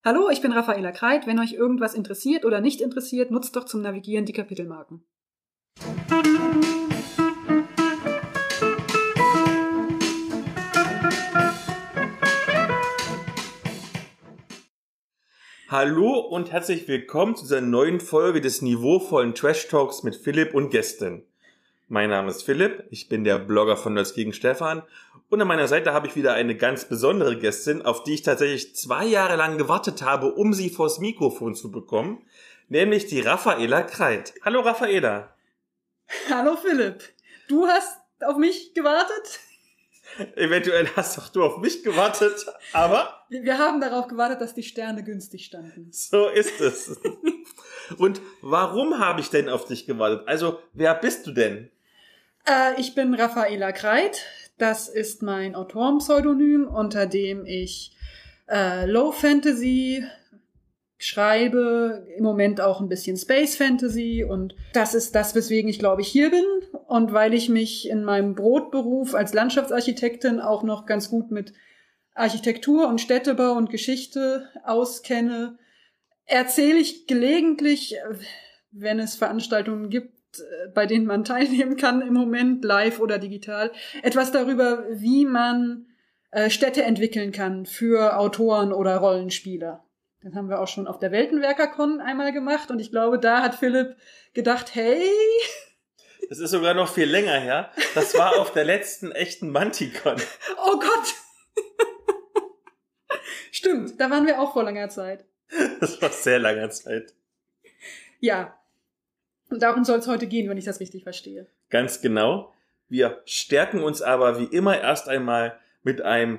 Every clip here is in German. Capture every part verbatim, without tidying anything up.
Hallo, ich bin Raffaela Kreit. Wenn euch irgendwas interessiert oder nicht interessiert, nutzt doch zum Navigieren die Kapitelmarken. Hallo und herzlich willkommen zu dieser neuen Folge des niveauvollen Trash Talks mit Philipp und Gästen. Mein Name ist Philipp, ich bin der Blogger von Nerds gegen Stefan und an meiner Seite habe ich wieder eine ganz besondere Gästin, auf die ich tatsächlich zwei Jahre lang gewartet habe, um sie vors Mikrofon zu bekommen, nämlich die Raffaela Kreit. Hallo Raffaela. Hallo Philipp, du hast auf mich gewartet? Eventuell hast auch du auf mich gewartet, aber... Wir haben darauf gewartet, dass die Sterne günstig standen. So ist es. Und warum habe ich denn auf dich gewartet? Also, wer bist du denn? Äh, ich bin Raffaela Kreit. Das ist mein Autorenpseudonym, unter dem ich äh, Low Fantasy schreibe, im Moment auch ein bisschen Space Fantasy, und das ist das, weswegen ich, glaube ich, hier bin, und weil ich mich in meinem Brotberuf als Landschaftsarchitektin auch noch ganz gut mit Architektur und Städtebau und Geschichte auskenne, erzähle ich gelegentlich, wenn es Veranstaltungen gibt, bei denen man teilnehmen kann im Moment, live oder digital, etwas darüber, wie man äh, Städte entwickeln kann für Autoren oder Rollenspieler. Das haben wir auch schon auf der Weltenwerker-Con einmal gemacht, und ich glaube, da hat Philipp gedacht, hey... Das ist sogar noch viel länger her. Das war auf der letzten echten Manticon. Oh Gott! Stimmt, da waren wir auch vor langer Zeit. Das war sehr langer Zeit. Ja, und darum soll es heute gehen, wenn ich das richtig verstehe. Ganz genau. Wir stärken uns aber wie immer erst einmal mit einem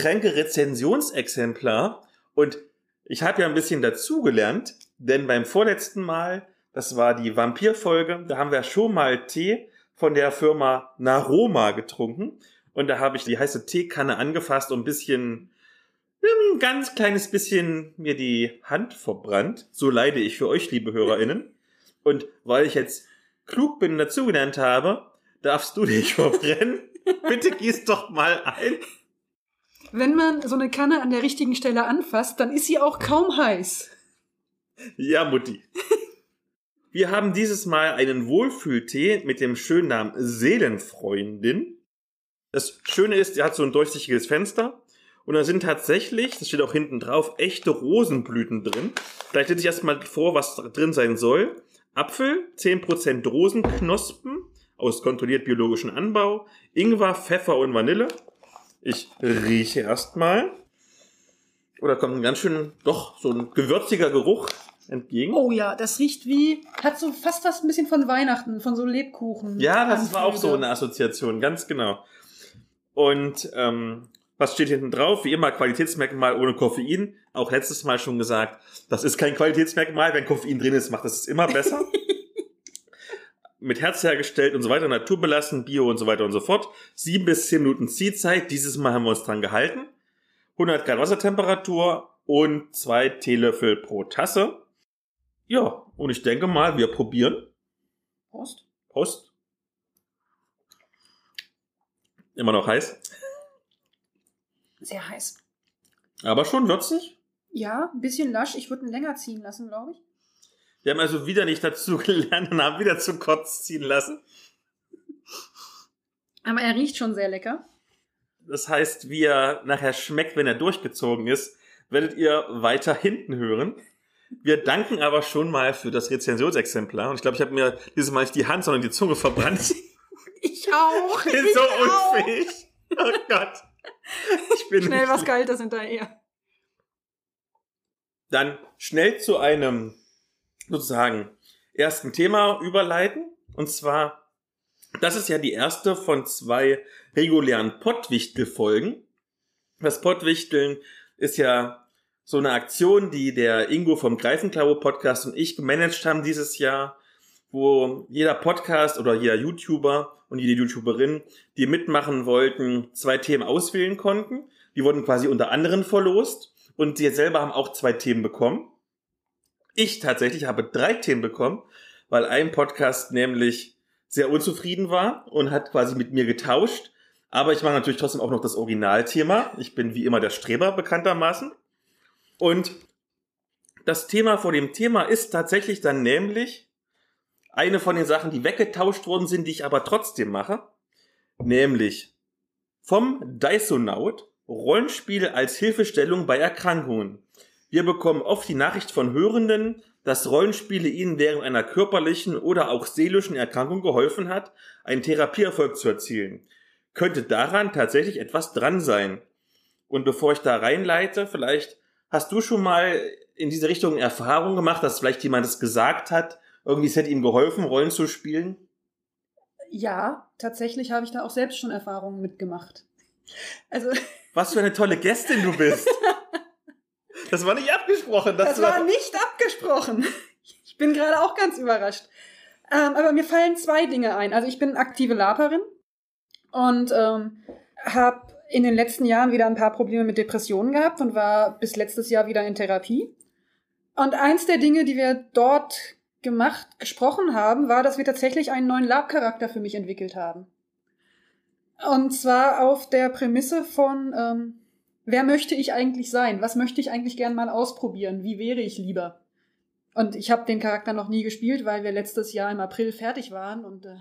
Getränke-Rezensionsexemplar, und ich habe ja ein bisschen dazugelernt, denn beim vorletzten Mal, das war die Vampir-Folge, da haben wir schon mal Tee von der Firma Naroma getrunken, und da habe ich die heiße Teekanne angefasst und ein bisschen, ein ganz kleines bisschen mir die Hand verbrannt. So leide ich für euch, liebe HörerInnen. Und weil ich jetzt klug bin und dazugelernt habe, darfst du dich verbrennen. Bitte gieß doch mal ein. Wenn man so eine Kanne an der richtigen Stelle anfasst, dann ist sie auch kaum heiß. Ja, Mutti. Wir haben dieses Mal einen Wohlfühltee mit dem schönen Namen Seelenfreundin. Das Schöne ist, er hat so ein durchsichtiges Fenster. Und da sind tatsächlich, das steht auch hinten drauf, echte Rosenblüten drin. Vielleicht lese ich erstmal vor, was drin sein soll. Apfel, zehn Prozent Rosenknospen aus kontrolliert biologischem Anbau, Ingwer, Pfeffer und Vanille. Ich rieche erstmal. Oder kommt ein ganz schön, doch, so ein gewürziger Geruch entgegen. Oh ja, das riecht wie, hat so fast was ein bisschen von Weihnachten, von so Lebkuchen. Ja, das war auch so eine Assoziation, ganz genau. Und ähm, was steht hinten drauf? Wie immer Qualitätsmerkmal ohne Koffein. Auch letztes Mal schon gesagt, das ist kein Qualitätsmerkmal. Wenn Koffein drin ist, macht das es immer besser. Mit Herz hergestellt und so weiter, naturbelassen, Bio und so weiter und so fort. Sieben bis zehn Minuten Ziehzeit. Dieses Mal haben wir uns dran gehalten. hundert Grad Wassertemperatur und zwei Teelöffel pro Tasse. Ja, und ich denke mal, wir probieren. Prost. Prost. Immer noch heiß. Sehr heiß. Aber schon würzig? Ja, ein bisschen lasch. Ich würde ihn länger ziehen lassen, glaube ich. Wir haben also wieder nicht dazu gelernt und haben wieder zu kurz ziehen lassen. Aber er riecht schon sehr lecker. Das heißt, wie er nachher schmeckt, wenn er durchgezogen ist, werdet ihr weiter hinten hören. Wir danken aber schon mal für das Rezensionsexemplar. Und ich glaube, ich habe mir dieses Mal nicht die Hand, sondern die Zunge verbrannt. Ich auch. Ich bin ich so auch. unfähig. Oh Gott. Ich bin Schnell nicht was Kaltes hinterher. Dann schnell zu einem sozusagen ersten Thema überleiten. Und zwar, das ist ja die erste von zwei regulären Pottwichtel-Folgen. Das Pottwichteln ist ja so eine Aktion, die der Ingo vom Greifenklaue-Podcast und ich gemanagt haben dieses Jahr, wo jeder Podcast oder jeder YouTuber und jede YouTuberin, die mitmachen wollten, zwei Themen auswählen konnten. Die wurden quasi unter anderem verlost, und sie selber haben auch zwei Themen bekommen. Ich tatsächlich habe drei Themen bekommen, weil ein Podcast nämlich sehr unzufrieden war und hat quasi mit mir getauscht. Aber ich mache natürlich trotzdem auch noch das Originalthema. Ich bin wie immer der Streber bekanntermaßen. Und das Thema vor dem Thema ist tatsächlich dann nämlich eine von den Sachen, die weggetauscht worden sind, die ich aber trotzdem mache, nämlich vom Diceonaut Rollenspiel als Hilfestellung bei Erkrankungen. Wir bekommen oft die Nachricht von Hörenden, dass Rollenspiele ihnen während einer körperlichen oder auch seelischen Erkrankung geholfen hat, einen Therapieerfolg zu erzielen. Könnte daran tatsächlich etwas dran sein. Und bevor ich da reinleite, vielleicht hast du schon mal in diese Richtung Erfahrung gemacht, dass vielleicht jemand es gesagt hat, irgendwie es hätte ihm geholfen, Rollen zu spielen? Ja, tatsächlich habe ich da auch selbst schon Erfahrungen mitgemacht. Also was für eine tolle Gästin du bist. Das war nicht abgesprochen. Das, das war nicht abgesprochen. Ich bin gerade auch ganz überrascht. Ähm, aber mir fallen zwei Dinge ein. Also ich bin aktive Laperin und ähm, habe in den letzten Jahren wieder ein paar Probleme mit Depressionen gehabt und war bis letztes Jahr wieder in Therapie. Und eins der Dinge, die wir dort gemacht, gesprochen haben, war, dass wir tatsächlich einen neuen Lab-Charakter für mich entwickelt haben. Und zwar auf der Prämisse von, ähm, wer möchte ich eigentlich sein? Was möchte ich eigentlich gern mal ausprobieren? Wie wäre ich lieber? Und ich habe den Charakter noch nie gespielt, weil wir letztes Jahr im April fertig waren. Und äh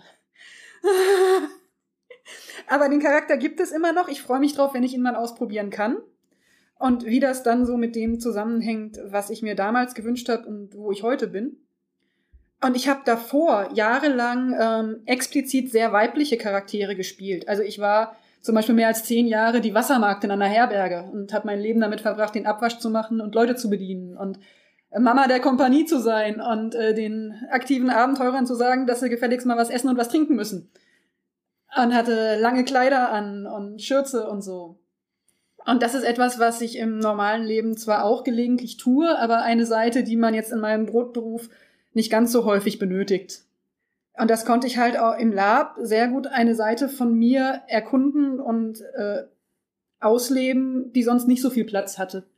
aber den Charakter gibt es immer noch. Ich freue mich drauf, wenn ich ihn mal ausprobieren kann. Und wie das dann so mit dem zusammenhängt, was ich mir damals gewünscht habe und wo ich heute bin. Und ich habe davor jahrelang ähm, explizit sehr weibliche Charaktere gespielt. Also ich war zum Beispiel mehr als zehn Jahre die Wassermagd in einer Herberge und habe mein Leben damit verbracht, den Abwasch zu machen und Leute zu bedienen und Mama der Kompanie zu sein und äh, den aktiven Abenteurern zu sagen, dass sie gefälligst mal was essen und was trinken müssen. Und hatte lange Kleider an und Schürze und so. Und das ist etwas, was ich im normalen Leben zwar auch gelegentlich tue, aber eine Seite, die man jetzt in meinem Brotberuf nicht ganz so häufig benötigt. Und das konnte ich halt auch im Lab sehr gut eine Seite von mir erkunden und äh, ausleben, die sonst nicht so viel Platz hatte.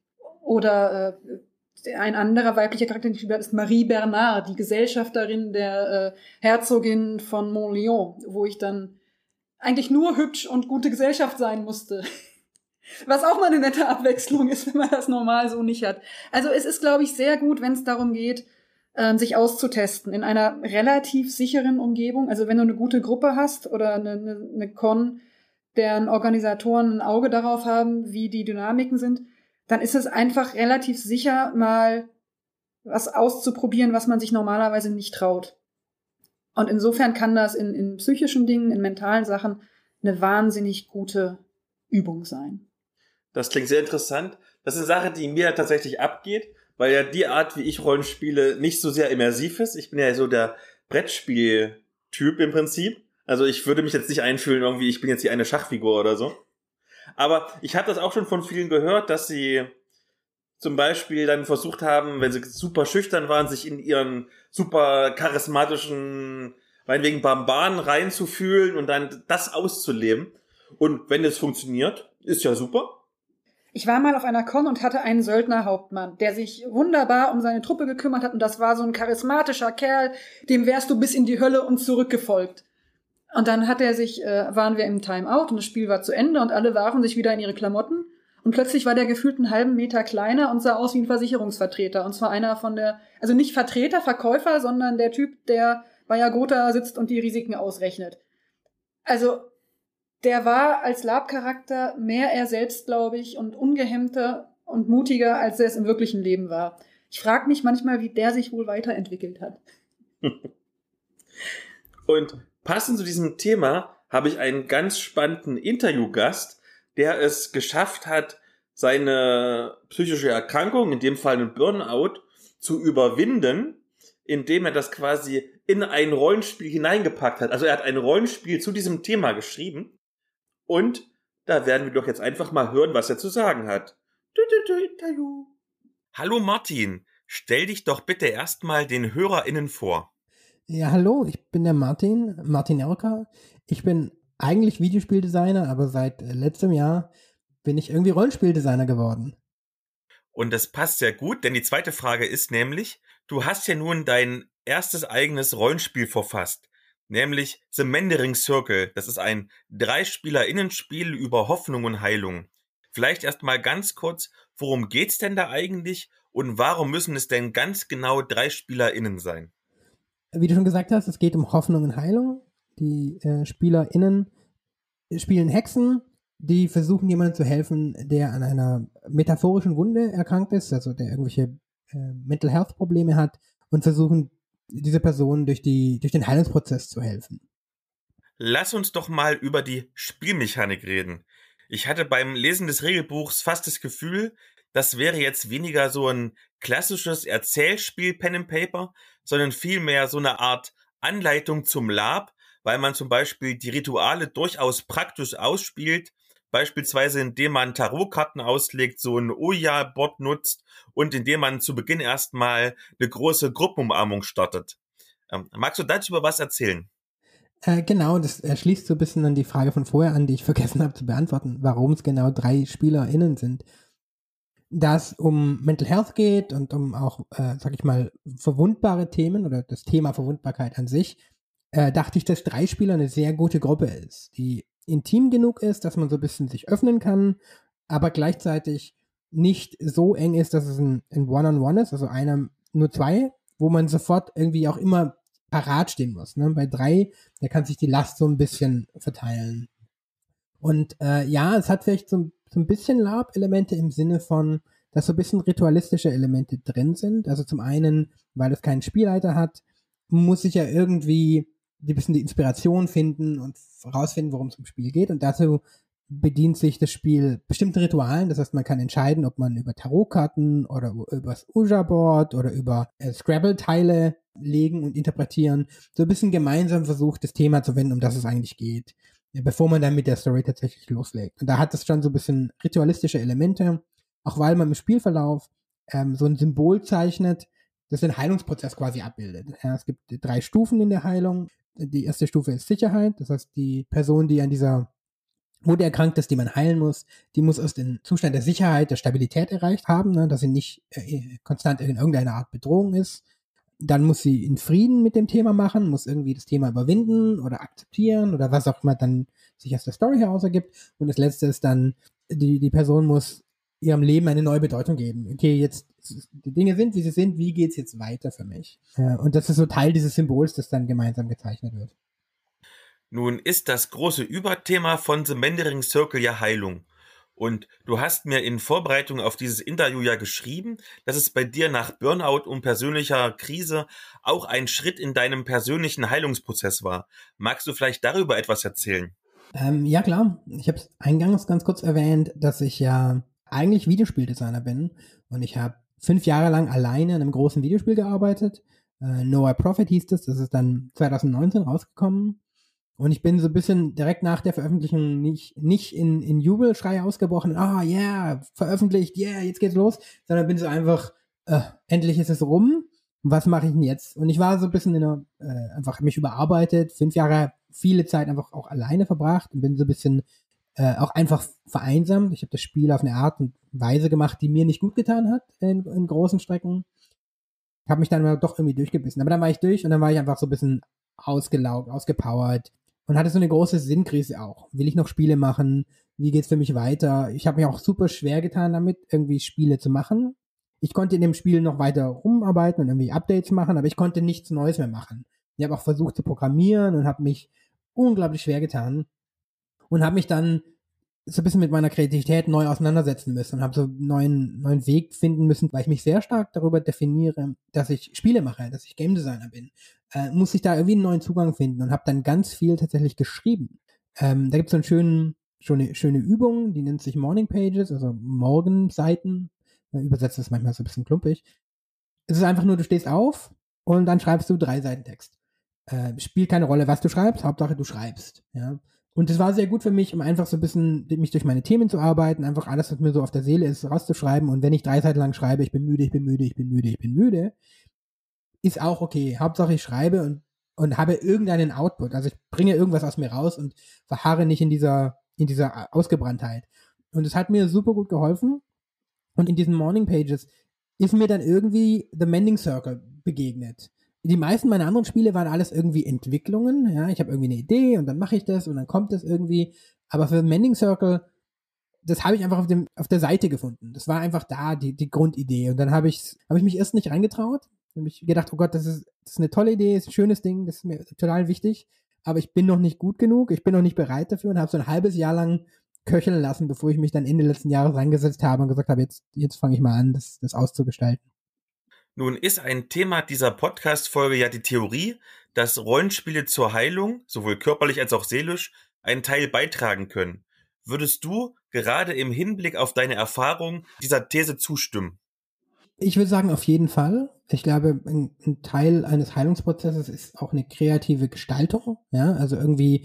Oder äh, ein anderer weiblicher Charakter, den ich ist Marie Bernard, die Gesellschafterin der äh, Herzogin von Montléon, wo ich dann eigentlich nur hübsch und gute Gesellschaft sein musste. Was auch mal eine nette Abwechslung ist, wenn man das normal so nicht hat. Also es ist, glaube ich, sehr gut, wenn es darum geht, sich auszutesten in einer relativ sicheren Umgebung. Also wenn du eine gute Gruppe hast oder eine, eine, eine Con, deren Organisatoren ein Auge darauf haben, wie die Dynamiken sind, dann ist es einfach relativ sicher, mal was auszuprobieren, was man sich normalerweise nicht traut. Und insofern kann das in, in psychischen Dingen, in mentalen Sachen eine wahnsinnig gute Übung sein. Das klingt sehr interessant. Das ist eine Sache, die mir tatsächlich abgeht, weil ja die Art, wie ich Rollen spiele, nicht so sehr immersiv ist. Ich bin ja so der Brettspiel-Typ im Prinzip. Also ich würde mich jetzt nicht einfühlen, irgendwie, ich bin jetzt hier eine Schachfigur oder so. Aber ich habe das auch schon von vielen gehört, dass sie zum Beispiel dann versucht haben, wenn sie super schüchtern waren, sich in ihren super charismatischen, meinetwegen Barbaren reinzufühlen und dann das auszuleben. Und wenn das funktioniert, ist ja super. Ich war mal auf einer Con und hatte einen Söldnerhauptmann, der sich wunderbar um seine Truppe gekümmert hat und das war so ein charismatischer Kerl, dem wärst du bis in die Hölle und zurückgefolgt. Und dann hat er sich, äh, waren wir im Timeout und das Spiel war zu Ende und alle warfen sich wieder in ihre Klamotten und plötzlich war der gefühlt einen halben Meter kleiner und sah aus wie ein Versicherungsvertreter und zwar einer von der, also nicht Vertreter, Verkäufer, sondern der Typ, der bei Jagota sitzt und die Risiken ausrechnet. Also der war als Lab-Charakter mehr er selbst, glaube ich, und ungehemmter und mutiger, als er es im wirklichen Leben war. Ich frage mich manchmal, wie der sich wohl weiterentwickelt hat. Und passend zu diesem Thema habe ich einen ganz spannenden Interviewgast, der es geschafft hat, seine psychische Erkrankung, in dem Fall ein Burnout, zu überwinden, indem er das quasi in ein Rollenspiel hineingepackt hat. Also er hat ein Rollenspiel zu diesem Thema geschrieben. Und da werden wir doch jetzt einfach mal hören, was er zu sagen hat. Interview. Hallo Martin, stell dich doch bitte erstmal den HörerInnen vor. Ja, hallo, ich bin der Martin, Martin Erker. Ich bin eigentlich Videospieldesigner, aber seit letztem Jahr bin ich irgendwie Rollenspieldesigner geworden. Und das passt sehr gut, denn die zweite Frage ist nämlich, du hast ja nun dein erstes eigenes Rollenspiel verfasst. Nämlich The Mendering Circle. Das ist ein Drei-Spieler-Innenspiel über Hoffnung und Heilung. Vielleicht erst mal ganz kurz, worum geht's denn da eigentlich Und warum müssen es denn ganz genau drei SpielerInnen sein? Wie du schon gesagt hast, es geht um Hoffnung und Heilung. Die äh, SpielerInnen spielen Hexen, die versuchen, jemandem zu helfen, der an einer metaphorischen Wunde erkrankt ist, also der irgendwelche äh, Mental Health Probleme hat, und versuchen, diese Person durch, die, durch den Heilungsprozess zu helfen. Lass uns doch mal über die Spielmechanik reden. Ich hatte beim Lesen des Regelbuchs fast das Gefühl, das wäre jetzt weniger so ein klassisches Erzählspiel Pen and Paper, sondern vielmehr so eine Art Anleitung zum Lab, weil man zum Beispiel die Rituale durchaus praktisch ausspielt, beispielsweise indem man Tarotkarten auslegt, so ein Ouija-Board nutzt und indem man zu Beginn erstmal eine große Gruppenumarmung startet. Ähm, magst du dazu über was erzählen? Äh, genau, das äh, schließt so ein bisschen an die Frage von vorher an, die ich vergessen habe zu beantworten, warum es genau drei SpielerInnen sind. Da es um Mental Health geht und um auch, äh, sag ich mal, verwundbare Themen oder das Thema Verwundbarkeit an sich, äh, dachte ich, dass drei Spieler eine sehr gute Gruppe ist, die intim genug ist, dass man so ein bisschen sich öffnen kann, aber gleichzeitig nicht so eng ist, dass es ein, ein One-on-One ist, also einer, nur zwei, wo man sofort irgendwie auch immer parat stehen muss. Ne? Bei drei, da kann sich die Last so ein bisschen verteilen. Und äh, ja, es hat vielleicht so, so ein bisschen Lab-Elemente im Sinne von, dass so ein bisschen ritualistische Elemente drin sind. Also zum einen, weil es keinen Spielleiter hat, muss ich ja irgendwie ein bisschen die Inspiration finden und herausfinden, worum es im Spiel geht. Und dazu bedient sich das Spiel bestimmten Ritualen. Das heißt, man kann entscheiden, ob man über Tarotkarten oder über das Ouija-Board oder über äh, Scrabble-Teile legen und interpretieren, so ein bisschen gemeinsam versucht, das Thema zu wenden, um das es eigentlich geht, bevor man dann mit der Story tatsächlich loslegt. Und da hat es schon so ein bisschen ritualistische Elemente, auch weil man im Spielverlauf ähm, so ein Symbol zeichnet, das den Heilungsprozess quasi abbildet. Ja, es gibt drei Stufen in der Heilung. Die erste Stufe ist Sicherheit, das heißt, die Person, die an dieser Wunde erkrankt ist, die man heilen muss, die muss erst den Zustand der Sicherheit, der Stabilität erreicht haben, ne, dass sie nicht äh, konstant in irgendeiner Art Bedrohung ist. Dann muss sie in Frieden mit dem Thema machen, muss irgendwie das Thema überwinden oder akzeptieren oder was auch immer dann sich aus der Story heraus ergibt. Und das Letzte ist dann, die, die Person muss ihrem Leben eine neue Bedeutung geben. Okay, jetzt, die Dinge sind, wie sie sind, wie geht's jetzt weiter für mich? Ja, und das ist so Teil dieses Symbols, das dann gemeinsam gezeichnet wird. Nun ist das große Überthema von The Mentoring Circle ja Heilung. Und du hast mir in Vorbereitung auf dieses Interview ja geschrieben, dass es bei dir nach Burnout und persönlicher Krise auch ein Schritt in deinem persönlichen Heilungsprozess war. Magst du vielleicht darüber etwas erzählen? Ähm, ja, klar. Ich habe es eingangs ganz kurz erwähnt, dass ich ja eigentlich Videospieldesigner bin. Und ich habe fünf Jahre lang alleine in einem großen Videospiel gearbeitet. Äh, No I Profit hieß das. Das ist dann zwanzig neunzehn rausgekommen. Und ich bin so ein bisschen direkt nach der Veröffentlichung nicht, nicht in, in Jubelschrei ausgebrochen, ah, yeah, veröffentlicht, yeah, jetzt geht's los, sondern bin so einfach, äh, endlich ist es rum, was mache ich denn jetzt? Und ich war so ein bisschen in einer, äh, einfach mich überarbeitet, fünf Jahre, viele Zeit einfach auch alleine verbracht und bin so ein bisschen äh, auch einfach vereinsamt. Ich habe das Spiel auf eine Art und Weise gemacht, die mir nicht gut getan hat in, in großen Strecken. Ich habe mich dann mal doch irgendwie durchgebissen. Aber dann war ich durch und dann war ich einfach so ein bisschen ausgelaugt, ausgepowert. Und hatte so eine große Sinnkrise auch. Will ich noch Spiele machen? Wie geht's für mich weiter? Ich habe mir auch super schwer getan damit, irgendwie Spiele zu machen. Ich konnte in dem Spiel noch weiter rumarbeiten und irgendwie Updates machen, aber ich konnte nichts Neues mehr machen. Ich habe auch versucht zu programmieren und habe mich unglaublich schwer getan und habe mich dann so ein bisschen mit meiner Kreativität neu auseinandersetzen müssen und habe so einen neuen, neuen Weg finden müssen, weil ich mich sehr stark darüber definiere, dass ich Spiele mache, dass ich Game Designer bin. Äh, muss ich da irgendwie einen neuen Zugang finden und habe dann ganz viel tatsächlich geschrieben. Ähm, da gibt es so einen schönen, schöne, schöne Übung, die nennt sich Morning Pages, also Morgenseiten. Äh, übersetzt ist manchmal so ein bisschen klumpig. Es ist einfach nur, du stehst auf und dann schreibst du drei Seiten Text. Äh, spielt keine Rolle, was du schreibst, Hauptsache du schreibst. Ja. Und das war sehr gut für mich, um einfach so ein bisschen mich durch meine Themen zu arbeiten, einfach alles, was mir so auf der Seele ist, rauszuschreiben. Und wenn ich drei Seiten lang schreibe, ich bin müde, ich bin müde, ich bin müde, ich bin müde, ist auch okay. Hauptsache ich schreibe und, und habe irgendeinen Output. Also ich bringe irgendwas aus mir raus und verharre nicht in dieser, in dieser Ausgebranntheit. Und es hat mir super gut geholfen. Und in diesen Morning Pages ist mir dann irgendwie The Mending Circle begegnet. Die meisten meiner anderen Spiele waren alles irgendwie Entwicklungen. Ja, ich habe irgendwie eine Idee und dann mache ich das und dann kommt das irgendwie. Aber für Mending Circle das habe ich einfach auf dem auf der Seite gefunden. Das war einfach da, die, die Grundidee. Und dann habe ich, habe ich mich erst nicht reingetraut. Habe ich gedacht, oh Gott, das ist, das ist eine tolle Idee, ist ein schönes Ding, das ist mir total wichtig. Aber ich bin noch nicht gut genug, ich bin noch nicht bereit dafür und habe so ein halbes Jahr lang köcheln lassen, bevor ich mich dann Ende letzten Jahres reingesetzt habe und gesagt habe, jetzt, jetzt fange ich mal an, das, das auszugestalten. Nun ist ein Thema dieser Podcast-Folge ja die Theorie, dass Rollenspiele zur Heilung, sowohl körperlich als auch seelisch, einen Teil beitragen können. Würdest du gerade im Hinblick auf deine Erfahrung dieser These zustimmen? Ich würde sagen, auf jeden Fall. Ich glaube, ein, ein Teil eines Heilungsprozesses ist auch eine kreative Gestaltung. Ja, also irgendwie,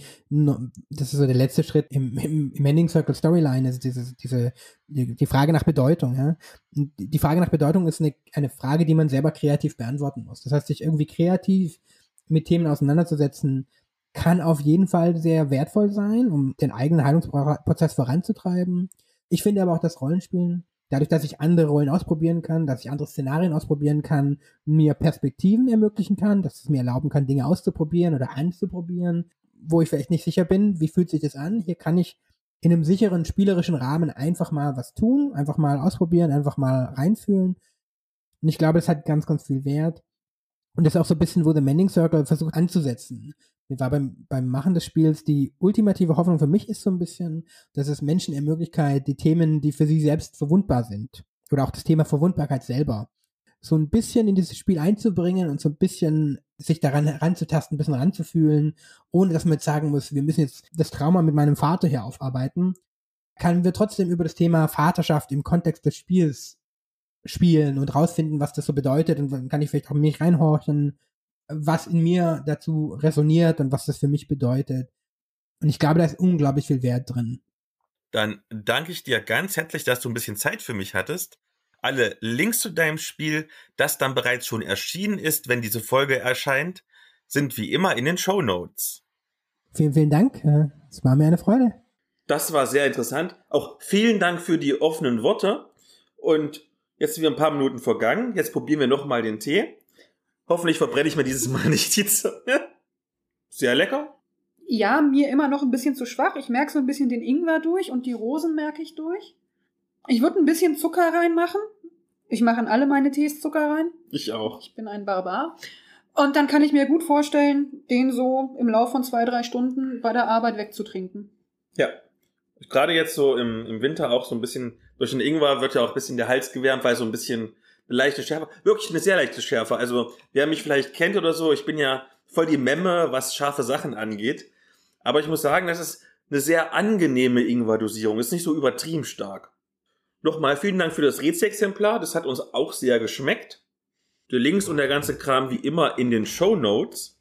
das ist so der letzte Schritt im, im, im Mending Circle Storyline, also diese, diese, die, die Frage nach Bedeutung. Ja, und die Frage nach Bedeutung ist eine, eine Frage, die man selber kreativ beantworten muss. Das heißt, sich irgendwie kreativ mit Themen auseinanderzusetzen, kann auf jeden Fall sehr wertvoll sein, um den eigenen Heilungsprozess voranzutreiben. Ich finde aber auch, dass Rollenspielen, dadurch, dass ich andere Rollen ausprobieren kann, dass ich andere Szenarien ausprobieren kann, mir Perspektiven ermöglichen kann, dass es mir erlauben kann, Dinge auszuprobieren oder anzuprobieren, wo ich vielleicht nicht sicher bin, wie fühlt sich das an. Hier kann ich in einem sicheren, spielerischen Rahmen einfach mal was tun, einfach mal ausprobieren, einfach mal reinfühlen. Und ich glaube, das hat ganz, ganz viel Wert. Und das ist auch so ein bisschen, wo The Mending Circle versucht anzusetzen. Mir war beim, beim Machen des Spiels die ultimative Hoffnung für mich ist so ein bisschen, dass es Menschen ermöglicht, die Themen, die für sie selbst verwundbar sind, oder auch das Thema Verwundbarkeit selber, so ein bisschen in dieses Spiel einzubringen und so ein bisschen sich daran heranzutasten, ein bisschen ranzufühlen, ohne dass man jetzt sagen muss, wir müssen jetzt das Trauma mit meinem Vater hier aufarbeiten, können wir trotzdem über das Thema Vaterschaft im Kontext des Spiels spielen und rausfinden, was das so bedeutet, und dann kann ich vielleicht auch mich reinhorchen, was in mir dazu resoniert und was das für mich bedeutet. Und ich glaube, da ist unglaublich viel Wert drin. Dann danke ich dir ganz herzlich, dass du ein bisschen Zeit für mich hattest. Alle Links zu deinem Spiel, das dann bereits schon erschienen ist, wenn diese Folge erscheint, sind wie immer in den Shownotes. Vielen, vielen Dank. Es war mir eine Freude. Das war sehr interessant. Auch vielen Dank für die offenen Worte. Und jetzt sind wir ein paar Minuten vergangen. Jetzt probieren wir nochmal den Tee. Hoffentlich verbrenne ich mir dieses Mal nicht die Zunge. Sehr lecker. Ja, mir immer noch ein bisschen zu schwach. Ich merke so ein bisschen den Ingwer durch und die Rosen merke ich durch. Ich würde ein bisschen Zucker reinmachen. Ich mache in alle meine Tees Zucker rein. Ich auch. Ich bin ein Barbar. Und dann kann ich mir gut vorstellen, den so im Laufe von zwei, drei Stunden bei der Arbeit wegzutrinken. Ja. Gerade jetzt so im, im Winter auch so ein bisschen, durch den Ingwer wird ja auch ein bisschen der Hals gewärmt, weil so ein bisschen eine leichte Schärfe, wirklich eine sehr leichte Schärfe. Also wer mich vielleicht kennt oder so, ich bin ja voll die Memme, was scharfe Sachen angeht. Aber ich muss sagen, das ist eine sehr angenehme Ingwer-Dosierung. Ist nicht so übertrieben stark. Nochmal vielen Dank für das Rätselexemplar. Das hat uns auch sehr geschmeckt. Die Links und der ganze Kram wie immer in den Shownotes.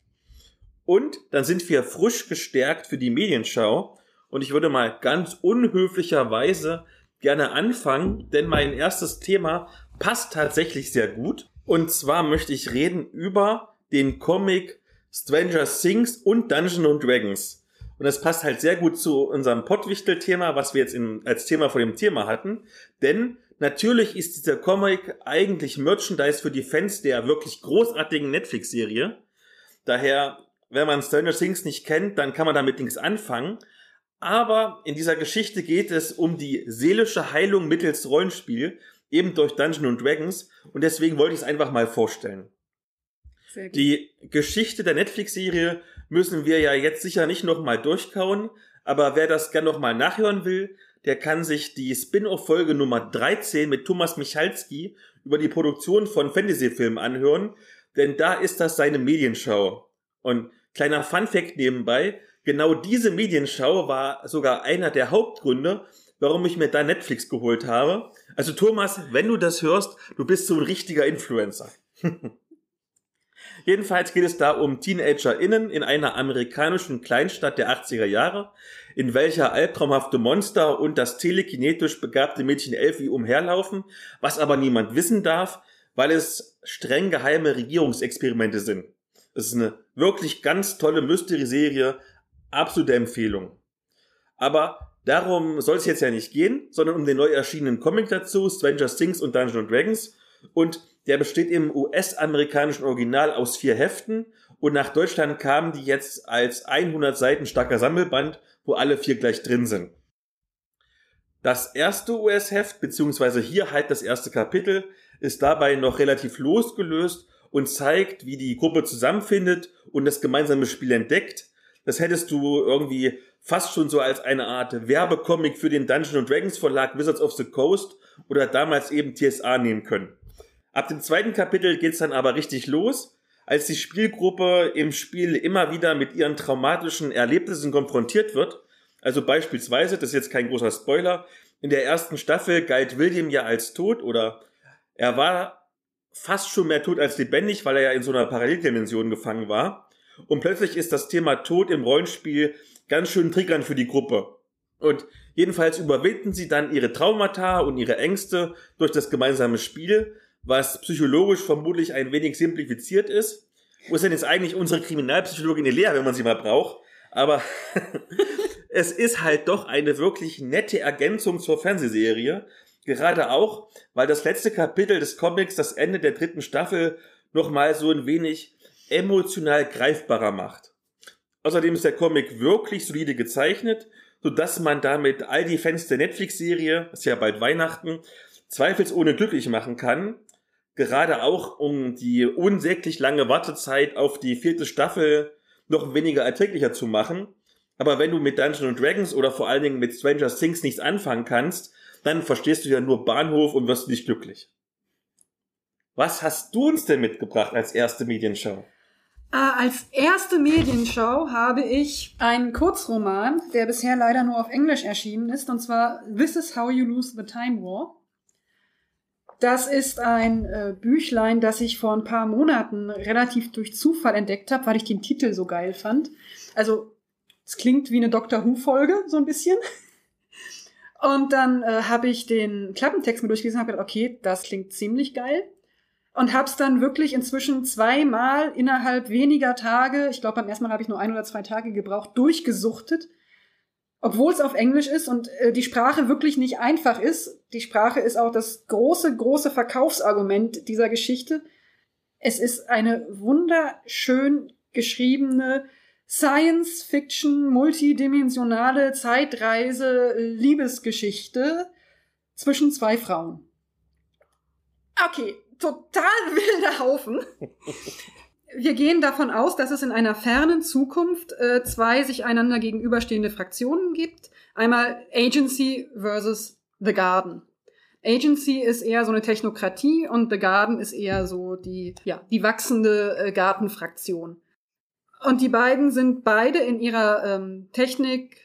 Und dann sind wir frisch gestärkt für die Medienschau. Und ich würde mal ganz unhöflicherweise gerne anfangen, denn mein erstes Thema passt tatsächlich sehr gut. Und zwar möchte ich reden über den Comic Stranger Things und Dungeons and Dragons. Und das passt halt sehr gut zu unserem Pottwichtel-Thema, was wir jetzt in, als Thema vor dem Thema hatten. Denn natürlich ist dieser Comic eigentlich Merchandise für die Fans der wirklich großartigen Netflix-Serie. Daher, wenn man Stranger Things nicht kennt, dann kann man damit nichts anfangen. Aber in dieser Geschichte geht es um die seelische Heilung mittels Rollenspiel, eben durch Dungeons and Dragons. Und deswegen wollte ich es einfach mal vorstellen. Sehr gut. Die Geschichte der Netflix-Serie müssen wir ja jetzt sicher nicht nochmal durchkauen. Aber wer das gern nochmal nachhören will, der kann sich die Spin-off-Folge Nummer dreizehn mit Thomas Michalski über die Produktion von Fantasy-Filmen anhören. Denn da ist das seine Medienschau. Und kleiner Funfact nebenbei, genau diese Medienschau war sogar einer der Hauptgründe, warum ich mir da Netflix geholt habe. Also Thomas, wenn du das hörst, du bist so ein richtiger Influencer. Jedenfalls geht es da um TeenagerInnen in einer amerikanischen Kleinstadt der achtziger Jahre, in welcher albtraumhafte Monster und das telekinetisch begabte Mädchen Elfie umherlaufen, was aber niemand wissen darf, weil es streng geheime Regierungsexperimente sind. Es ist eine wirklich ganz tolle Mystery-Serie, absolute Empfehlung. Aber darum soll es jetzt ja nicht gehen, sondern um den neu erschienenen Comic dazu, Stranger Things und Dungeons and Dragons. Und der besteht im U S-amerikanischen Original aus vier Heften und nach Deutschland kamen die jetzt als hundert Seiten starker Sammelband, wo alle vier gleich drin sind. Das erste U S-Heft, beziehungsweise hier halt das erste Kapitel, ist dabei noch relativ losgelöst und zeigt, wie die Gruppe zusammenfindet und das gemeinsame Spiel entdeckt. Das hättest du irgendwie fast schon so als eine Art Werbecomic für den Dungeons and Dragons Verlag Wizards of the Coast oder damals eben T S A nehmen können. Ab dem zweiten Kapitel geht's dann aber richtig los, als die Spielgruppe im Spiel immer wieder mit ihren traumatischen Erlebnissen konfrontiert wird. Also beispielsweise, das ist jetzt kein großer Spoiler, in der ersten Staffel galt William ja als tot oder er war fast schon mehr tot als lebendig, weil er ja in so einer Paralleldimension gefangen war. Und plötzlich ist das Thema Tod im Rollenspiel ganz schön triggernd für die Gruppe. Und jedenfalls überwinden sie dann ihre Traumata und ihre Ängste durch das gemeinsame Spiel, was psychologisch vermutlich ein wenig simplifiziert ist. Wo ist denn jetzt eigentlich unsere Kriminalpsychologin Elea, wenn man sie mal braucht? Aber es ist halt doch eine wirklich nette Ergänzung zur Fernsehserie. Gerade auch, weil das letzte Kapitel des Comics das Ende der dritten Staffel nochmal so ein wenig emotional greifbarer macht. Außerdem ist der Comic wirklich solide gezeichnet, sodass man damit all die Fans der Netflix-Serie, das ist ja bald Weihnachten, zweifelsohne glücklich machen kann. Gerade auch, um die unsäglich lange Wartezeit auf die vierte Staffel noch weniger erträglicher zu machen. Aber wenn du mit Dungeons and Dragons oder vor allen Dingen mit Stranger Things nichts anfangen kannst, dann verstehst du ja nur Bahnhof und wirst nicht glücklich. Was hast du uns denn mitgebracht als erste Medienschau? Äh, als erste Medienschau habe ich einen Kurzroman, der bisher leider nur auf Englisch erschienen ist, und zwar This is How You Lose the Time War. Das ist ein äh, Büchlein, das ich vor ein paar Monaten relativ durch Zufall entdeckt habe, weil ich den Titel so geil fand. Also, es klingt wie eine Doctor Who-Folge, so ein bisschen. Und dann äh, habe ich den Klappentext mir durchgelesen und habe gedacht, okay, das klingt ziemlich geil. Und habe es dann wirklich inzwischen zweimal innerhalb weniger Tage, ich glaube beim ersten Mal habe ich nur ein oder zwei Tage gebraucht, durchgesuchtet. Obwohl es auf Englisch ist und äh, die Sprache wirklich nicht einfach ist. Die Sprache ist auch das große, große Verkaufsargument dieser Geschichte. Es ist eine wunderschön geschriebene Science-Fiction, multidimensionale Zeitreise, Liebesgeschichte zwischen zwei Frauen. Okay, total wilder Haufen. Wir gehen davon aus, dass es in einer fernen Zukunft äh, zwei sich einander gegenüberstehende Fraktionen gibt. Einmal Agency versus The Garden. Agency ist eher so eine Technokratie und The Garden ist eher so die, ja, die wachsende äh, Gartenfraktion. Und die beiden sind beide in ihrer ähm, Technik,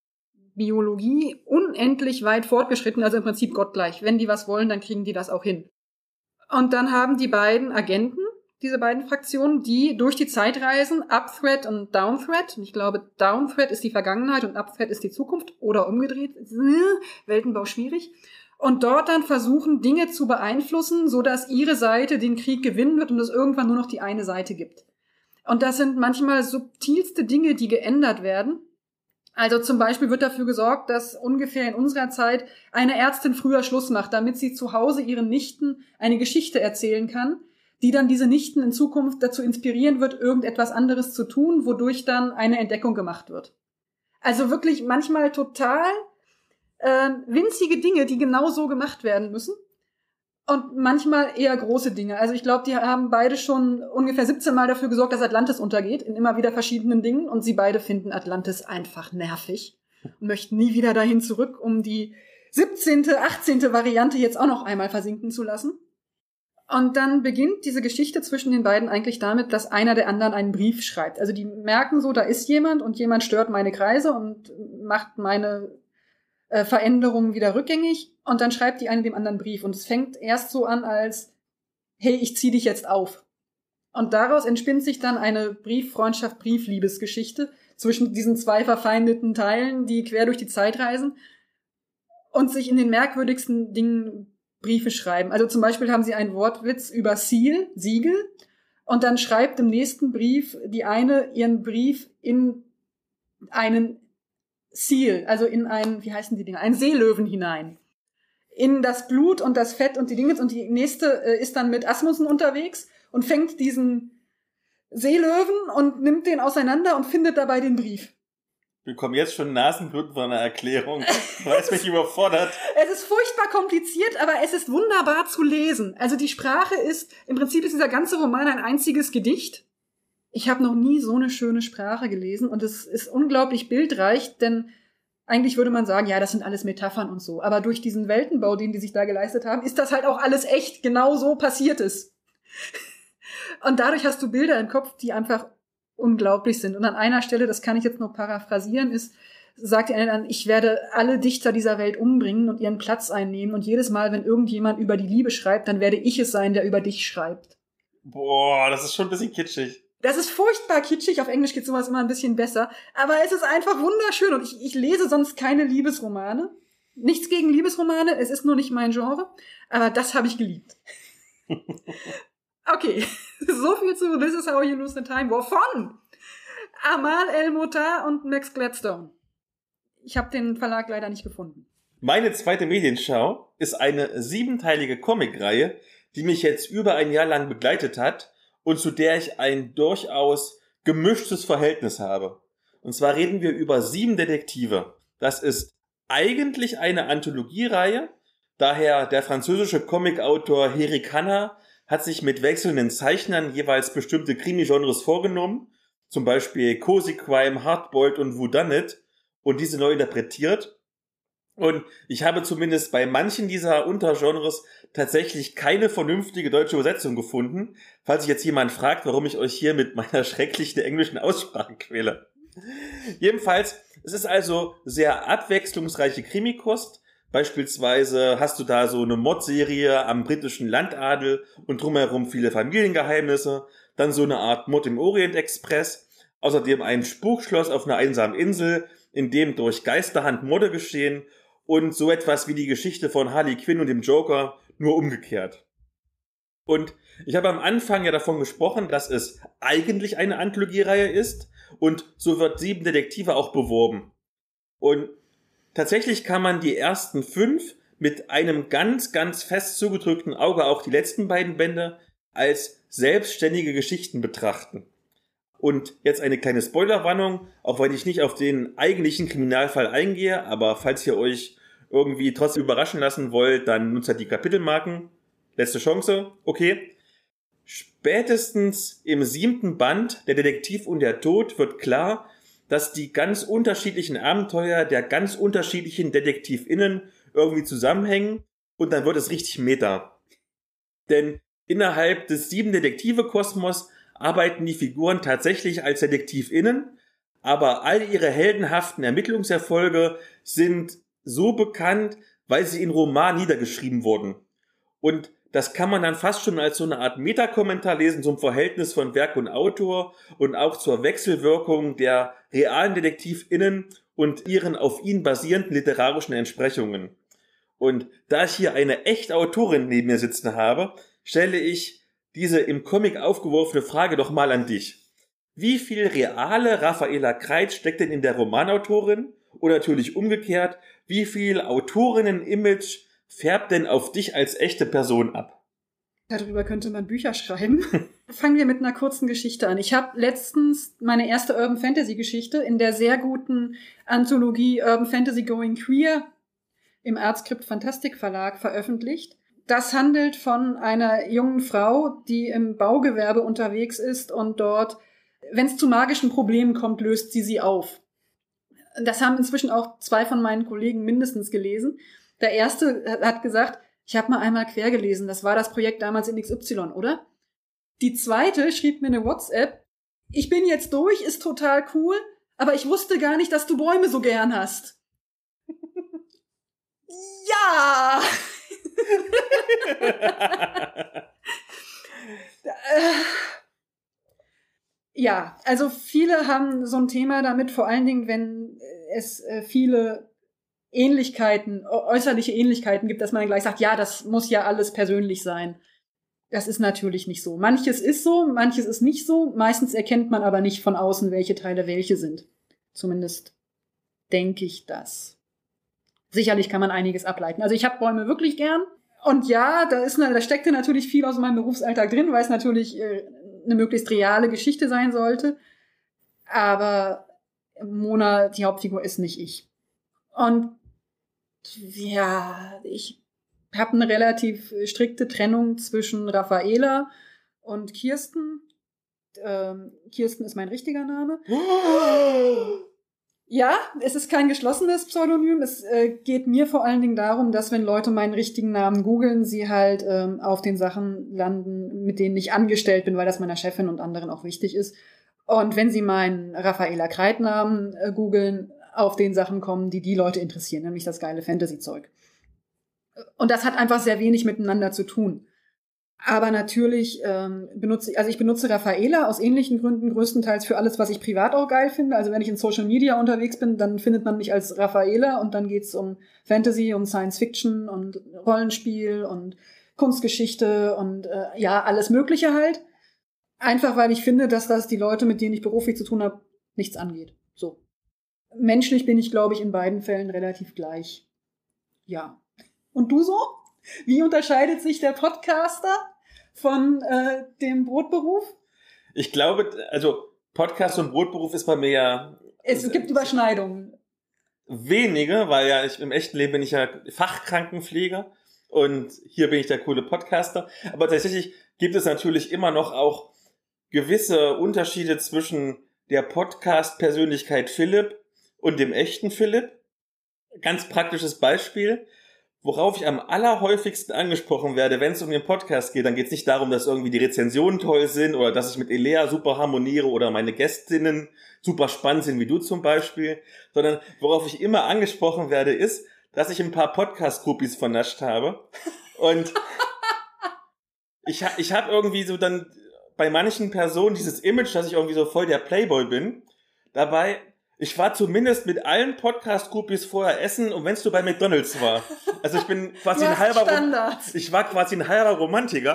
Biologie unendlich weit fortgeschritten, also im Prinzip gottgleich. Wenn die was wollen, dann kriegen die das auch hin. Und dann haben die beiden Agenten, diese beiden Fraktionen, die durch die Zeit reisen, Up-Thread und Down-Thread. Und ich glaube, Down-Thread ist die Vergangenheit und Up-Thread ist die Zukunft. Oder umgedreht. Weltenbau schwierig. Und dort dann versuchen, Dinge zu beeinflussen, sodass ihre Seite den Krieg gewinnen wird und es irgendwann nur noch die eine Seite gibt. Und das sind manchmal subtilste Dinge, die geändert werden. Also zum Beispiel wird dafür gesorgt, dass ungefähr in unserer Zeit eine Ärztin früher Schluss macht, damit sie zu Hause ihren Nichten eine Geschichte erzählen kann, die dann diese Nichten in Zukunft dazu inspirieren wird, irgendetwas anderes zu tun, wodurch dann eine Entdeckung gemacht wird. Also wirklich manchmal total äh, winzige Dinge, die genau so gemacht werden müssen. Und manchmal eher große Dinge. Also ich glaube, die haben beide schon ungefähr siebzehn Mal dafür gesorgt, dass Atlantis untergeht, in immer wieder verschiedenen Dingen. Und sie beide finden Atlantis einfach nervig und möchten nie wieder dahin zurück, um die siebzehnte, achtzehnte Variante jetzt auch noch einmal versinken zu lassen. Und dann beginnt diese Geschichte zwischen den beiden eigentlich damit, dass einer der anderen einen Brief schreibt. Also die merken so, da ist jemand und jemand stört meine Kreise und macht meine äh, Veränderungen wieder rückgängig. Und dann schreibt die eine dem anderen Brief. Und es fängt erst so an als, hey, ich zieh dich jetzt auf. Und daraus entspinnt sich dann eine Brieffreundschaft, Briefliebesgeschichte zwischen diesen zwei verfeindeten Teilen, die quer durch die Zeit reisen und sich in den merkwürdigsten Dingen Briefe schreiben. Also zum Beispiel haben sie einen Wortwitz über Seal, Siegel, und dann schreibt im nächsten Brief die eine ihren Brief in einen Seal, also in einen, wie heißen die Dinger, einen Seelöwen hinein. In das Blut und das Fett und die Dinge. Und die nächste äh, ist dann mit Asmussen unterwegs und fängt diesen Seelöwen und nimmt den auseinander und findet dabei den Brief. Wir bekommen jetzt schon Nasenbluten von einer Erklärung, weil es mich überfordert. Es ist furchtbar kompliziert, aber es ist wunderbar zu lesen. Also die Sprache ist, im Prinzip ist dieser ganze Roman ein einziges Gedicht. Ich habe noch nie so eine schöne Sprache gelesen und es ist unglaublich bildreich, denn eigentlich würde man sagen, ja, das sind alles Metaphern und so. Aber durch diesen Weltenbau, den die sich da geleistet haben, ist das halt auch alles echt, genau so passiert ist. Und dadurch hast du Bilder im Kopf, die einfach unglaublich sind. Und an einer Stelle, das kann ich jetzt nur paraphrasieren, ist, sagt die eine dann, ich werde alle Dichter dieser Welt umbringen und ihren Platz einnehmen. Und jedes Mal, wenn irgendjemand über die Liebe schreibt, dann werde ich es sein, der über dich schreibt. Boah, das ist schon ein bisschen kitschig. Das ist furchtbar kitschig. Auf Englisch geht sowas immer ein bisschen besser. Aber es ist einfach wunderschön. Und ich, ich lese sonst keine Liebesromane. Nichts gegen Liebesromane. Es ist nur nicht mein Genre. Aber das habe ich geliebt. Okay. So viel zu This is How You Lose the Time. Wovon? Amal El-Mutar und Max Gladstone. Ich habe den Verlag leider nicht gefunden. Meine zweite Medienschau ist eine siebenteilige Comicreihe, die mich jetzt über ein Jahr lang begleitet hat und zu der ich ein durchaus gemischtes Verhältnis habe. Und zwar reden wir über Sieben Detektive. Das ist eigentlich eine Anthologiereihe, daher der französische Comicautor Eric Hanna hat sich mit wechselnden Zeichnern jeweils bestimmte Krimi-Genres vorgenommen, zum Beispiel Cozy Crime, Hardboiled und Whodunit, und diese neu interpretiert. Und ich habe zumindest bei manchen dieser Untergenres tatsächlich keine vernünftige deutsche Übersetzung gefunden, falls sich jetzt jemand fragt, warum ich euch hier mit meiner schrecklichen englischen Aussprache quäle. Jedenfalls, es ist also sehr abwechslungsreiche Krimikost. Beispielsweise hast du da so eine Mordserie am britischen Landadel und drumherum viele Familiengeheimnisse, dann so eine Art Mord im Orient Express, außerdem ein Spukschloss auf einer einsamen Insel, in dem durch Geisterhand Morde geschehen und so etwas wie die Geschichte von Harley Quinn und dem Joker, nur umgekehrt. Und ich habe am Anfang ja davon gesprochen, dass es eigentlich eine Anthologiereihe ist und so wird Sieben Detektive auch beworben. Und tatsächlich kann man die ersten fünf mit einem ganz, ganz fest zugedrückten Auge, auch die letzten beiden Bände, als selbstständige Geschichten betrachten. Und jetzt eine kleine Spoilerwarnung, auch wenn ich nicht auf den eigentlichen Kriminalfall eingehe, aber falls ihr euch irgendwie trotzdem überraschen lassen wollt, dann nutzt halt die Kapitelmarken. Letzte Chance, okay. Spätestens im siebten Band, Der Detektiv und der Tod, wird klar, dass die ganz unterschiedlichen Abenteuer der ganz unterschiedlichen DetektivInnen irgendwie zusammenhängen und dann wird es richtig meta. Denn innerhalb des sieben Detektive-Kosmos arbeiten die Figuren tatsächlich als DetektivInnen, aber all ihre heldenhaften Ermittlungserfolge sind so bekannt, weil sie in Roman niedergeschrieben wurden. Und das kann man dann fast schon als so eine Art Metakommentar lesen zum Verhältnis von Werk und Autor und auch zur Wechselwirkung der realen DetektivInnen und ihren auf ihn basierenden literarischen Entsprechungen. Und da ich hier eine echte Autorin neben mir sitzen habe, stelle ich diese im Comic aufgeworfene Frage doch mal an dich. Wie viel reale Raffaela Creit steckt denn in der Romanautorin? Und natürlich umgekehrt, wie viel Autorinnen-Image färbt denn auf dich als echte Person ab? Darüber könnte man Bücher schreiben. Fangen wir mit einer kurzen Geschichte an. Ich habe letztens meine erste Urban Fantasy Geschichte in der sehr guten Anthologie Urban Fantasy Going Queer im Artskript Fantastik Verlag veröffentlicht. Das handelt von einer jungen Frau, die im Baugewerbe unterwegs ist und dort, wenn es zu magischen Problemen kommt, löst sie sie auf. Das haben inzwischen auch zwei von meinen Kollegen mindestens gelesen. Der erste hat gesagt, ich habe mal einmal quer gelesen, das war das Projekt damals in X Y, oder? Die zweite schrieb mir eine WhatsApp, ich bin jetzt durch, ist total cool, aber ich wusste gar nicht, dass du Bäume so gern hast. Ja! Ja, also viele haben so ein Thema damit, vor allen Dingen, wenn es viele Ähnlichkeiten, äußerliche Ähnlichkeiten gibt, dass man gleich sagt, ja, das muss ja alles persönlich sein. Das ist natürlich nicht so. Manches ist so, manches ist nicht so. Meistens erkennt man aber nicht von außen, welche Teile welche sind. Zumindest denke ich das. Sicherlich kann man einiges ableiten. Also ich habe Bäume wirklich gern. Und ja, da ist da steckte natürlich viel aus meinem Berufsalltag drin, weil es natürlich äh, eine möglichst reale Geschichte sein sollte. Aber Mona, die Hauptfigur, ist nicht ich. Und ja, ich habe eine relativ strikte Trennung zwischen Raffaela und Kirsten. Ähm, Kirsten ist mein richtiger Name. Ja, es ist kein geschlossenes Pseudonym. Es äh, geht mir vor allen Dingen darum, dass wenn Leute meinen richtigen Namen googeln, sie halt ähm, auf den Sachen landen, mit denen ich angestellt bin, weil das meiner Chefin und anderen auch wichtig ist. Und wenn sie meinen Raffaela Kreit-Namen äh, googeln, auf den Sachen kommen, die die Leute interessieren, nämlich das geile Fantasy-Zeug. Und das hat einfach sehr wenig miteinander zu tun. Aber natürlich ähm, benutze ich, also ich benutze Raffaela aus ähnlichen Gründen größtenteils für alles, was ich privat auch geil finde. Also wenn ich in Social Media unterwegs bin, dann findet man mich als Raffaela und dann geht's um Fantasy, um Science Fiction und Rollenspiel und Kunstgeschichte und äh, ja, alles Mögliche halt. Einfach weil ich finde, dass das die Leute, mit denen ich beruflich zu tun habe, nichts angeht. So. Menschlich bin ich, glaube ich, in beiden Fällen relativ gleich. Ja. Und du so? Wie unterscheidet sich der Podcaster von äh, dem Brotberuf? Ich glaube, also Podcast und Brotberuf ist bei mir ja... Es gibt Überschneidungen. Wenige, weil ja ich, im echten Leben bin ich ja Fachkrankenpfleger und hier bin ich der coole Podcaster. Aber tatsächlich gibt es natürlich immer noch auch gewisse Unterschiede zwischen der Podcast-Persönlichkeit Philipp und dem echten Philipp. Ganz praktisches Beispiel, worauf ich am allerhäufigsten angesprochen werde, wenn es um den Podcast geht, dann geht es nicht darum, dass irgendwie die Rezensionen toll sind oder dass ich mit Elea super harmoniere oder meine Gästinnen super spannend sind, wie du zum Beispiel, sondern worauf ich immer angesprochen werde, ist, dass ich ein paar Podcast-Groupies vernascht habe. Und ich, ha- ich habe irgendwie so dann bei manchen Personen dieses Image, dass ich irgendwie so voll der Playboy bin. Dabei, ich war zumindest mit allen Podcast-Groupies vorher essen und wenn es nur bei McDonald's war. Also ich bin quasi ein halber Rom- ich war quasi ein halber Romantiker.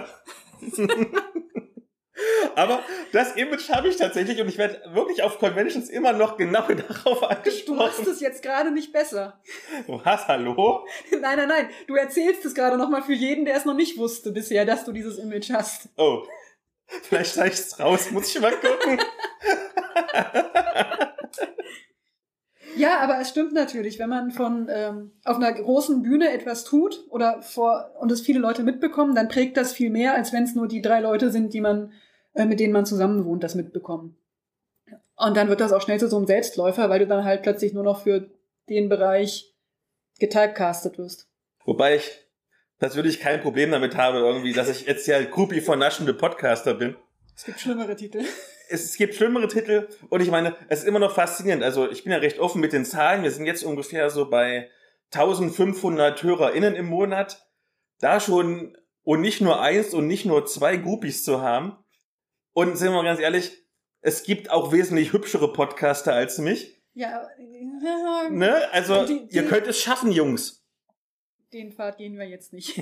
Aber das Image habe ich tatsächlich und ich werde wirklich auf Conventions immer noch genau darauf angesprochen. Du machst es jetzt gerade nicht besser. Was, hallo? Nein, nein, nein. Du erzählst es gerade nochmal für jeden, der es noch nicht wusste bisher, dass du dieses Image hast. Oh, vielleicht zeige ich es raus. Muss ich mal gucken. Ja, aber es stimmt natürlich, wenn man von ähm, auf einer großen Bühne etwas tut oder vor und es viele Leute mitbekommen, dann prägt das viel mehr, als wenn es nur die drei Leute sind, die man äh, mit denen man zusammen wohnt, das mitbekommen. Und dann wird das auch schnell zu so einem Selbstläufer, weil du dann halt plötzlich nur noch für den Bereich getypecastet wirst. Wobei ich natürlich kein Problem damit habe, irgendwie, dass ich jetzt ja Groupie vernaschende Podcaster bin. Es gibt schlimmere Titel. Es, es gibt schlimmere Titel und ich meine, es ist immer noch faszinierend. Also ich bin ja recht offen mit den Zahlen. Wir sind jetzt ungefähr so bei eintausendfünfhundert HörerInnen im Monat. Da schon und nicht nur eins und nicht nur zwei Groupies zu haben. Und sind wir mal ganz ehrlich, es gibt auch wesentlich hübschere Podcaster als mich. Ja, äh, Ne? Also die, die, ihr könnt es schaffen, Jungs. Den Pfad gehen wir jetzt nicht.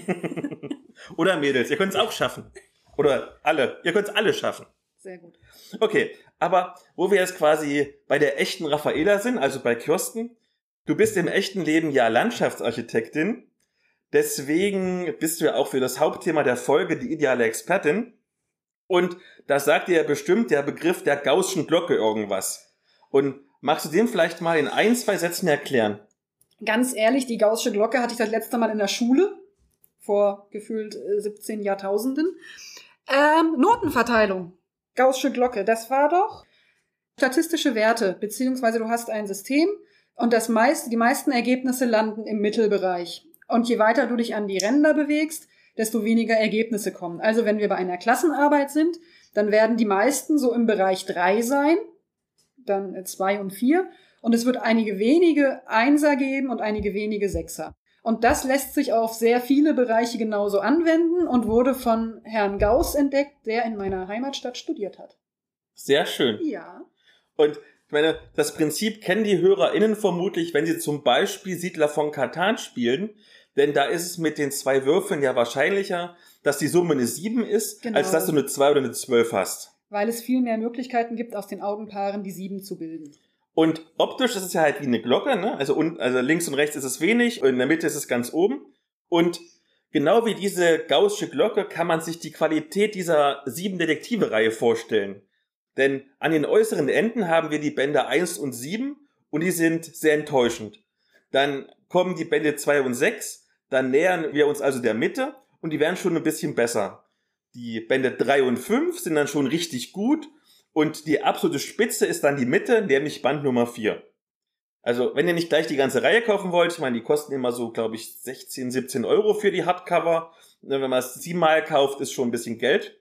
Oder Mädels, ihr könnt es auch schaffen. Oder alle, ihr könnt es alle schaffen. Sehr gut. Okay, aber wo wir jetzt quasi bei der echten Raffaela sind, also bei Kirsten, du bist im echten Leben ja Landschaftsarchitektin, deswegen bist du ja auch für das Hauptthema der Folge die ideale Expertin und da sagt dir ja bestimmt der Begriff der Gaußschen Glocke irgendwas. Und magst du den vielleicht mal in ein, zwei Sätzen erklären? Ganz ehrlich, die Gaußsche Glocke hatte ich das letzte Mal in der Schule, vor gefühlt äh, siebzehn Jahrtausenden. Ähm, Notenverteilung. Gaußsche Glocke, das war doch statistische Werte, beziehungsweise du hast ein System und das meiste, die meisten Ergebnisse landen im Mittelbereich. Und je weiter du dich an die Ränder bewegst, desto weniger Ergebnisse kommen. Also wenn wir bei einer Klassenarbeit sind, dann werden die meisten so im Bereich drei sein, dann zwei und vier. Und es wird einige wenige Einser geben und einige wenige Sechser. Und das lässt sich auf sehr viele Bereiche genauso anwenden und wurde von Herrn Gauss entdeckt, der in meiner Heimatstadt studiert hat. Sehr schön. Ja. Und ich meine, das Prinzip kennen die HörerInnen vermutlich, wenn sie zum Beispiel Siedler von Catan spielen, denn da ist es mit den zwei Würfeln ja wahrscheinlicher, dass die Summe eine sieben ist, Genau. als dass du eine zwei oder eine zwölf hast. Weil es viel mehr Möglichkeiten gibt, aus den Augenpaaren die sieben zu bilden. Und optisch ist es ja halt wie eine Glocke, ne? Also, un- also links und rechts ist es wenig, und in der Mitte ist es ganz oben. Und genau wie diese Gaußsche Glocke kann man sich die Qualität dieser sieben Detektive-Reihe vorstellen. Denn an den äußeren Enden haben wir die Bände eins und sieben und die sind sehr enttäuschend. Dann kommen die Bände zwei und sechs, dann nähern wir uns also der Mitte und die werden schon ein bisschen besser. Die Bände drei und fünf sind dann schon richtig gut und die absolute Spitze ist dann die Mitte, nämlich Band Nummer vier. Also wenn ihr nicht gleich die ganze Reihe kaufen wollt, ich meine, die kosten immer so, glaube ich, sechzehn, siebzehn Euro für die Hardcover. Wenn man es siebenmal kauft, ist schon ein bisschen Geld.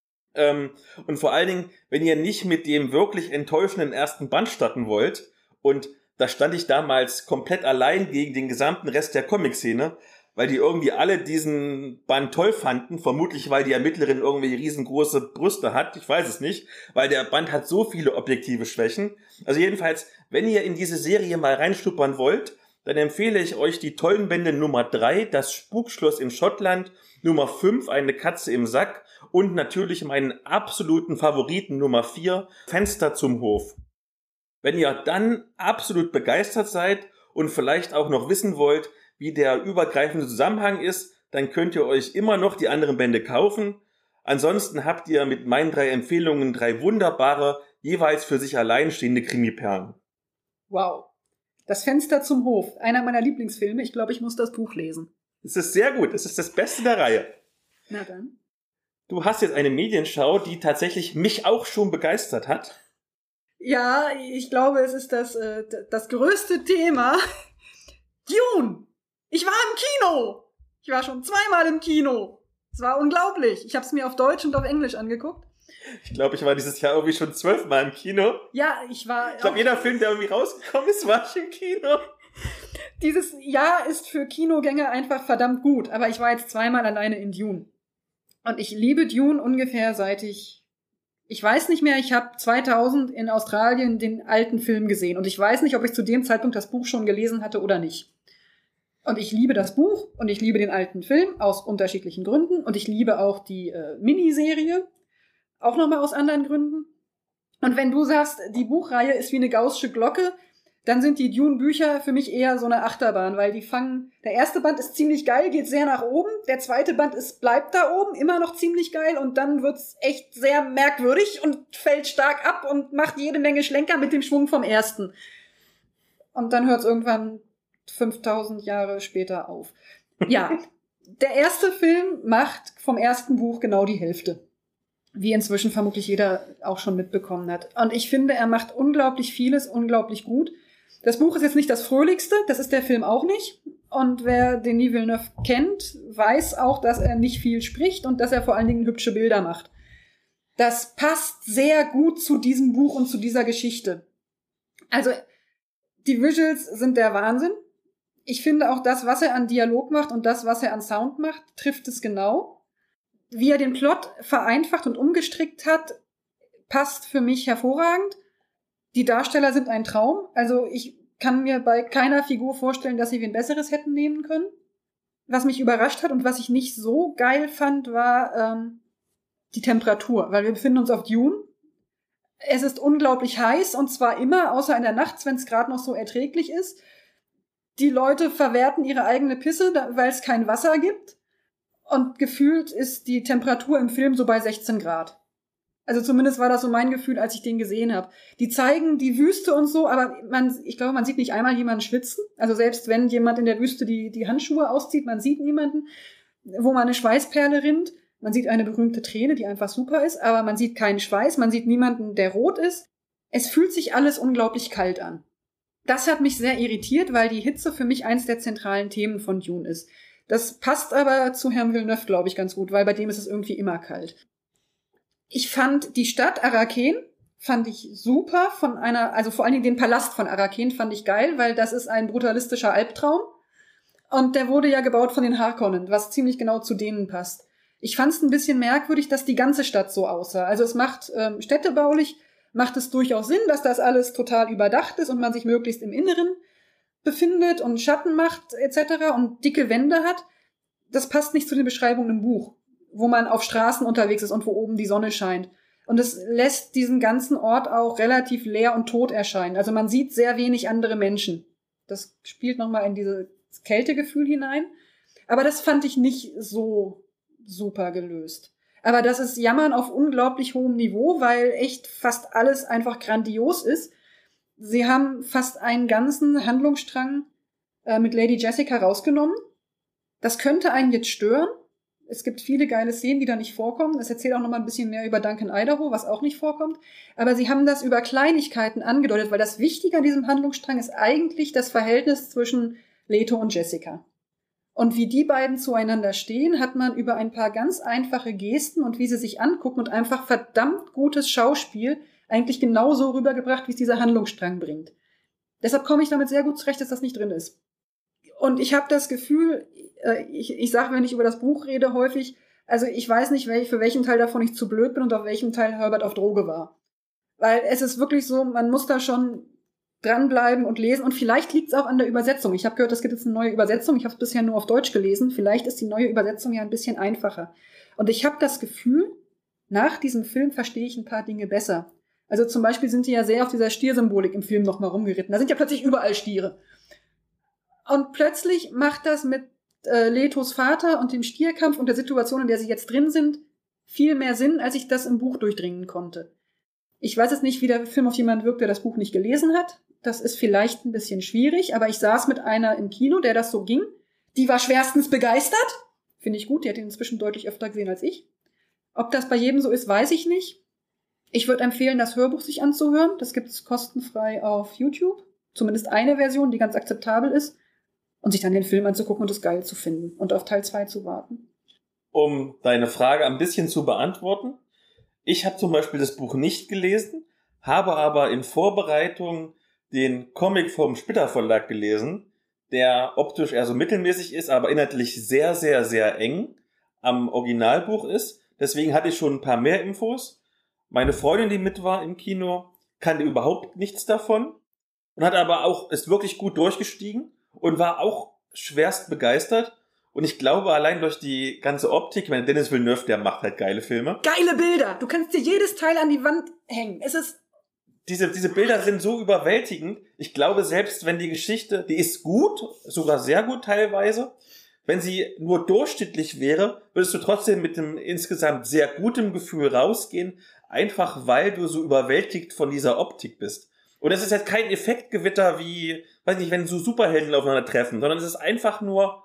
Und vor allen Dingen, wenn ihr nicht mit dem wirklich enttäuschenden ersten Band starten wollt, und da stand ich damals komplett allein gegen den gesamten Rest der Comic-Szene, weil die irgendwie alle diesen Band toll fanden, vermutlich weil die Ermittlerin irgendwie riesengroße Brüste hat, ich weiß es nicht, weil der Band hat so viele objektive Schwächen. Also jedenfalls, wenn ihr in diese Serie mal reinschnuppern wollt, dann empfehle ich euch die tollen Bände Nummer drei, das Spukschloss in Schottland, Nummer fünf, eine Katze im Sack und natürlich meinen absoluten Favoriten Nummer vier, Fenster zum Hof. Wenn ihr dann absolut begeistert seid und vielleicht auch noch wissen wollt, wie der übergreifende Zusammenhang ist, dann könnt ihr euch immer noch die anderen Bände kaufen. Ansonsten habt ihr mit meinen drei Empfehlungen drei wunderbare, jeweils für sich allein stehende Krimiperlen. Wow. Das Fenster zum Hof, einer meiner Lieblingsfilme. Ich glaube, ich muss das Buch lesen. Es ist sehr gut, es ist das Beste der Reihe. Na dann. Du hast jetzt eine Medienschau, die tatsächlich mich auch schon begeistert hat. Ja, ich glaube, es ist das, äh, das größte Thema. Dune! Ich war im Kino! Ich war schon zweimal im Kino. Es war unglaublich. Ich habe es mir auf Deutsch und auf Englisch angeguckt. Ich glaube, ich war dieses Jahr irgendwie schon zwölfmal im Kino. Ja, ich war... Ich glaube, jeder Film, der irgendwie rausgekommen ist, war ich im Kino. Dieses Jahr ist für Kinogänger einfach verdammt gut. Aber ich war jetzt zweimal alleine in Dune. Und ich liebe Dune ungefähr seit ich... Ich weiß nicht mehr, ich habe zweitausend in Australien den alten Film gesehen. Und ich weiß nicht, ob ich zu dem Zeitpunkt das Buch schon gelesen hatte oder nicht. Und ich liebe das Buch und ich liebe den alten Film aus unterschiedlichen Gründen. Und ich liebe auch die äh, Miniserie, auch nochmal aus anderen Gründen. Und wenn du sagst, die Buchreihe ist wie eine gaußsche Glocke, dann sind die Dune-Bücher für mich eher so eine Achterbahn, weil die fangen, der erste Band ist ziemlich geil, geht sehr nach oben, der zweite Band ist, bleibt da oben, immer noch ziemlich geil und dann wird's echt sehr merkwürdig und fällt stark ab und macht jede Menge Schlenker mit dem Schwung vom ersten. Und dann hört's irgendwann fünftausend Jahre später auf. Ja, der erste Film macht vom ersten Buch genau die Hälfte. Wie inzwischen vermutlich jeder auch schon mitbekommen hat. Und ich finde, er macht unglaublich vieles, unglaublich gut. Das Buch ist jetzt nicht das Fröhlichste, das ist der Film auch nicht. Und wer Denis Villeneuve kennt, weiß auch, dass er nicht viel spricht und dass er vor allen Dingen hübsche Bilder macht. Das passt sehr gut zu diesem Buch und zu dieser Geschichte. Also, die Visuals sind der Wahnsinn. Ich finde auch das, was er an Dialog macht und das, was er an Sound macht, trifft es genau. Wie er den Plot vereinfacht und umgestrickt hat, passt für mich hervorragend. Die Darsteller sind ein Traum. Also ich kann mir bei keiner Figur vorstellen, dass sie wen Besseres hätten nehmen können. Was mich überrascht hat und was ich nicht so geil fand, war ähm, die Temperatur. Weil wir befinden uns auf Dune. Es ist unglaublich heiß und zwar immer, außer in der Nacht, wenn es gerade noch so erträglich ist. Die Leute verwerten ihre eigene Pisse, weil es kein Wasser gibt. Und gefühlt ist die Temperatur im Film so bei sechzehn Grad. Also zumindest war das so mein Gefühl, als ich den gesehen habe. Die zeigen die Wüste und so, aber man, ich glaube, man sieht nicht einmal jemanden schwitzen. Also selbst wenn jemand in der Wüste die, die Handschuhe auszieht, man sieht niemanden, wo man eine Schweißperle rinnt. Man sieht eine berühmte Träne, die einfach super ist, aber man sieht keinen Schweiß, man sieht niemanden, der rot ist. Es fühlt sich alles unglaublich kalt an. Das hat mich sehr irritiert, weil die Hitze für mich eins der zentralen Themen von Dune ist. Das passt aber zu Herrn Villeneuve, glaube ich, ganz gut, weil bei dem ist es irgendwie immer kalt. Ich fand die Stadt Arrakeen, fand ich super von einer, also vor allen Dingen den Palast von Arrakeen fand ich geil, weil das ist ein brutalistischer Albtraum. Und der wurde ja gebaut von den Harkonnen, was ziemlich genau zu denen passt. Ich fand es ein bisschen merkwürdig, dass die ganze Stadt so aussah. Also es macht ähm, städtebaulich, macht es durchaus Sinn, dass das alles total überdacht ist und man sich möglichst im Inneren befindet und Schatten macht et cetera und dicke Wände hat. Das passt nicht zu den Beschreibungen im Buch, wo man auf Straßen unterwegs ist und wo oben die Sonne scheint. Und es lässt diesen ganzen Ort auch relativ leer und tot erscheinen. Also man sieht sehr wenig andere Menschen. Das spielt nochmal in dieses Kältegefühl hinein. Aber das fand ich nicht so super gelöst. Aber das ist Jammern auf unglaublich hohem Niveau, weil echt fast alles einfach grandios ist. Sie haben fast einen ganzen Handlungsstrang äh, mit Lady Jessica rausgenommen. Das könnte einen jetzt stören. Es gibt viele geile Szenen, die da nicht vorkommen. Es erzählt auch noch mal ein bisschen mehr über Duncan Idaho, was auch nicht vorkommt. Aber sie haben das über Kleinigkeiten angedeutet, weil das Wichtige an diesem Handlungsstrang ist eigentlich das Verhältnis zwischen Leto und Jessica. Und wie die beiden zueinander stehen, hat man über ein paar ganz einfache Gesten und wie sie sich angucken und einfach verdammt gutes Schauspiel eigentlich genauso rübergebracht, wie es dieser Handlungsstrang bringt. Deshalb komme ich damit sehr gut zurecht, dass das nicht drin ist. Und ich habe das Gefühl, ich, ich sage, wenn ich über das Buch rede, häufig, also ich weiß nicht, welch, für welchen Teil davon ich zu blöd bin und auf welchem Teil Herbert auf Droge war. Weil es ist wirklich so, man muss da schon dranbleiben und lesen. Und vielleicht liegt es auch an der Übersetzung. Ich habe gehört, es gibt jetzt eine neue Übersetzung. Ich habe es bisher nur auf Deutsch gelesen. Vielleicht ist die neue Übersetzung ja ein bisschen einfacher. Und ich habe das Gefühl, nach diesem Film verstehe ich ein paar Dinge besser. Also zum Beispiel sind die ja sehr auf dieser Stiersymbolik im Film nochmal rumgeritten. Da sind ja plötzlich überall Stiere. Und plötzlich macht das mit äh, Letos Vater und dem Stierkampf und der Situation, in der sie jetzt drin sind, viel mehr Sinn, als ich das im Buch durchdringen konnte. Ich weiß jetzt nicht, wie der Film auf jemanden wirkt, der das Buch nicht gelesen hat. Das ist vielleicht ein bisschen schwierig, aber ich saß mit einer im Kino, der das so ging. Die war schwerstens begeistert. Finde ich gut, die hat ihn inzwischen deutlich öfter gesehen als ich. Ob das bei jedem so ist, weiß ich nicht. Ich würde empfehlen, das Hörbuch sich anzuhören. Das gibt es kostenfrei auf YouTube. Zumindest eine Version, die ganz akzeptabel ist. Und sich dann den Film anzugucken und es geil zu finden. Und auf Teil zwei zu warten. Um deine Frage ein bisschen zu beantworten. Ich habe zum Beispiel das Buch nicht gelesen, habe aber in Vorbereitung den Comic vom Splitter Verlag gelesen, der optisch eher so mittelmäßig ist, aber inhaltlich sehr, sehr, sehr eng am Originalbuch ist. Deswegen hatte ich schon ein paar mehr Infos. Meine Freundin, die mit war im Kino, kannte überhaupt nichts davon und hat aber auch, ist wirklich gut durchgestiegen und war auch schwerst begeistert. Und ich glaube, allein durch die ganze Optik, ich meine, Denis Villeneuve, der macht halt geile Filme. Geile Bilder! Du kannst dir jedes Teil an die Wand hängen. Es ist... Diese, diese Bilder sind so überwältigend. Ich glaube, selbst wenn die Geschichte, die ist gut, sogar sehr gut teilweise, wenn sie nur durchschnittlich wäre, würdest du trotzdem mit einem insgesamt sehr gutem Gefühl rausgehen, einfach weil du so überwältigt von dieser Optik bist. Und es ist jetzt kein Effektgewitter wie, weiß nicht, wenn so Superhelden aufeinandertreffen, sondern es ist einfach nur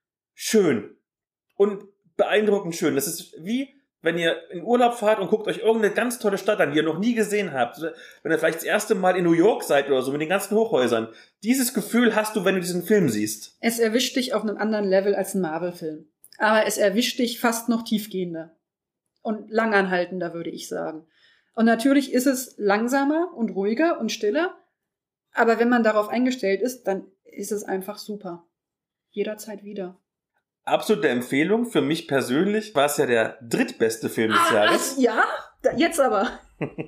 schön und beeindruckend schön. Das ist wie, wenn ihr in Urlaub fahrt und guckt euch irgendeine ganz tolle Stadt an, die ihr noch nie gesehen habt. Wenn ihr vielleicht das erste Mal in New York seid oder so, mit den ganzen Hochhäusern. Dieses Gefühl hast du, wenn du diesen Film siehst. Es erwischt dich auf einem anderen Level als ein Marvel-Film. Aber es erwischt dich fast noch tiefgehender. Und langanhaltender, würde ich sagen. Und natürlich ist es langsamer und ruhiger und stiller. Aber wenn man darauf eingestellt ist, dann ist es einfach super. Jederzeit wieder. Absolute Empfehlung. Für mich persönlich war es ja der drittbeste Film des ah, Jahres. Ja? Da, jetzt aber.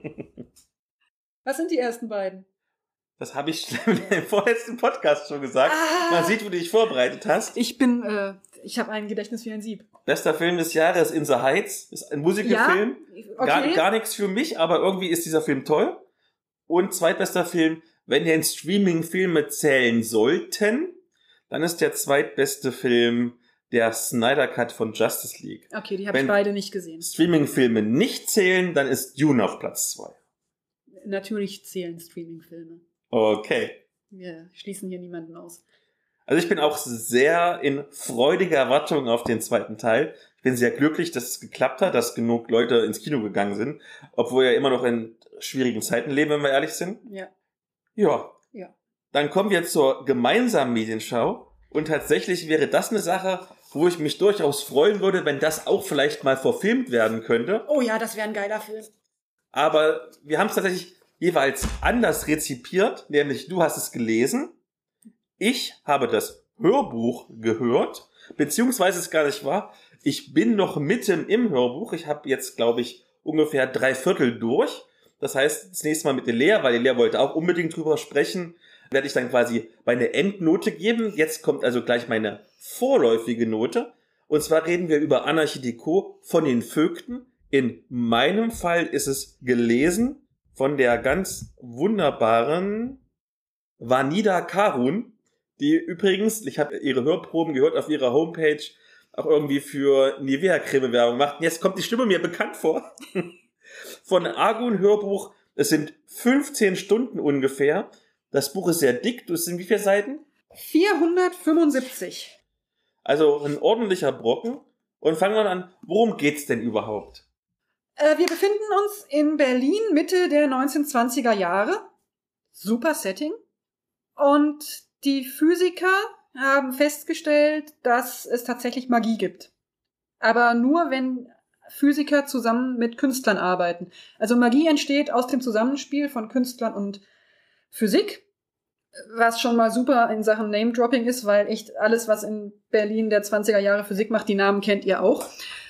Was sind die ersten beiden? Das habe ich im vorletzten Podcast schon gesagt. Ah, Man sieht, wo du dich vorbereitet hast. Ich bin, äh, ich habe ein Gedächtnis wie ein Sieb. Bester Film des Jahres, In the Heights. Ist ein Musical-Film. Ja? Okay. Gar, gar nichts für mich, aber irgendwie ist dieser Film toll. Und zweitbester Film, wenn ihr in Streaming-Filme zählen sollten, dann ist der zweitbeste Film der Snyder Cut von Justice League. Okay, die habe ich beide nicht gesehen. Streaming-Filme nicht zählen, dann ist Dune auf Platz zwei. Natürlich zählen Streaming-Filme. Okay. Wir schließen hier niemanden aus. Also ich bin auch sehr in freudiger Erwartung auf den zweiten Teil. Ich bin sehr glücklich, dass es geklappt hat, dass genug Leute ins Kino gegangen sind, obwohl wir ja immer noch in schwierigen Zeiten leben, wenn wir ehrlich sind. Ja. Ja. Ja. Dann kommen wir zur gemeinsamen Medienschau. Und tatsächlich wäre das eine Sache, wo ich mich durchaus freuen würde, wenn das auch vielleicht mal verfilmt werden könnte. Oh ja, das wäre ein geiler Film. Aber wir haben es tatsächlich jeweils anders rezipiert, nämlich du hast es gelesen, ich habe das Hörbuch gehört, beziehungsweise es gar nicht wahr, ich bin noch mitten im Hörbuch, ich habe jetzt, glaube ich, ungefähr drei Viertel durch. Das heißt, das nächste Mal mit der Lea, weil die Lea wollte auch unbedingt drüber sprechen, werde ich dann quasi meine Endnote geben. Jetzt kommt also gleich meine vorläufige Note. Und zwar reden wir über Anarchie Deco von den Vögten. In meinem Fall ist es gelesen von der ganz wunderbaren Vanida Karun, die übrigens, ich habe ihre Hörproben gehört auf ihrer Homepage, auch irgendwie für Nivea-Creme Werbung macht. Und jetzt kommt die Stimme mir bekannt vor. Von Argun Hörbuch. Es sind fünfzehn Stunden ungefähr. Das Buch ist sehr dick. Das sind wie viele Seiten? vierhundertfünfundsiebzig. Also ein ordentlicher Brocken. Und fangen wir an, worum geht's denn überhaupt? Äh, wir befinden uns in Berlin Mitte der neunzehnhundertzwanziger Jahre. Super Setting. Und die Physiker haben festgestellt, dass es tatsächlich Magie gibt. Aber nur, wenn Physiker zusammen mit Künstlern arbeiten. Also Magie entsteht aus dem Zusammenspiel von Künstlern und Physik, was schon mal super in Sachen Name-Dropping ist, weil echt alles, was in Berlin der zwanziger Jahre Physik macht, die Namen kennt ihr auch.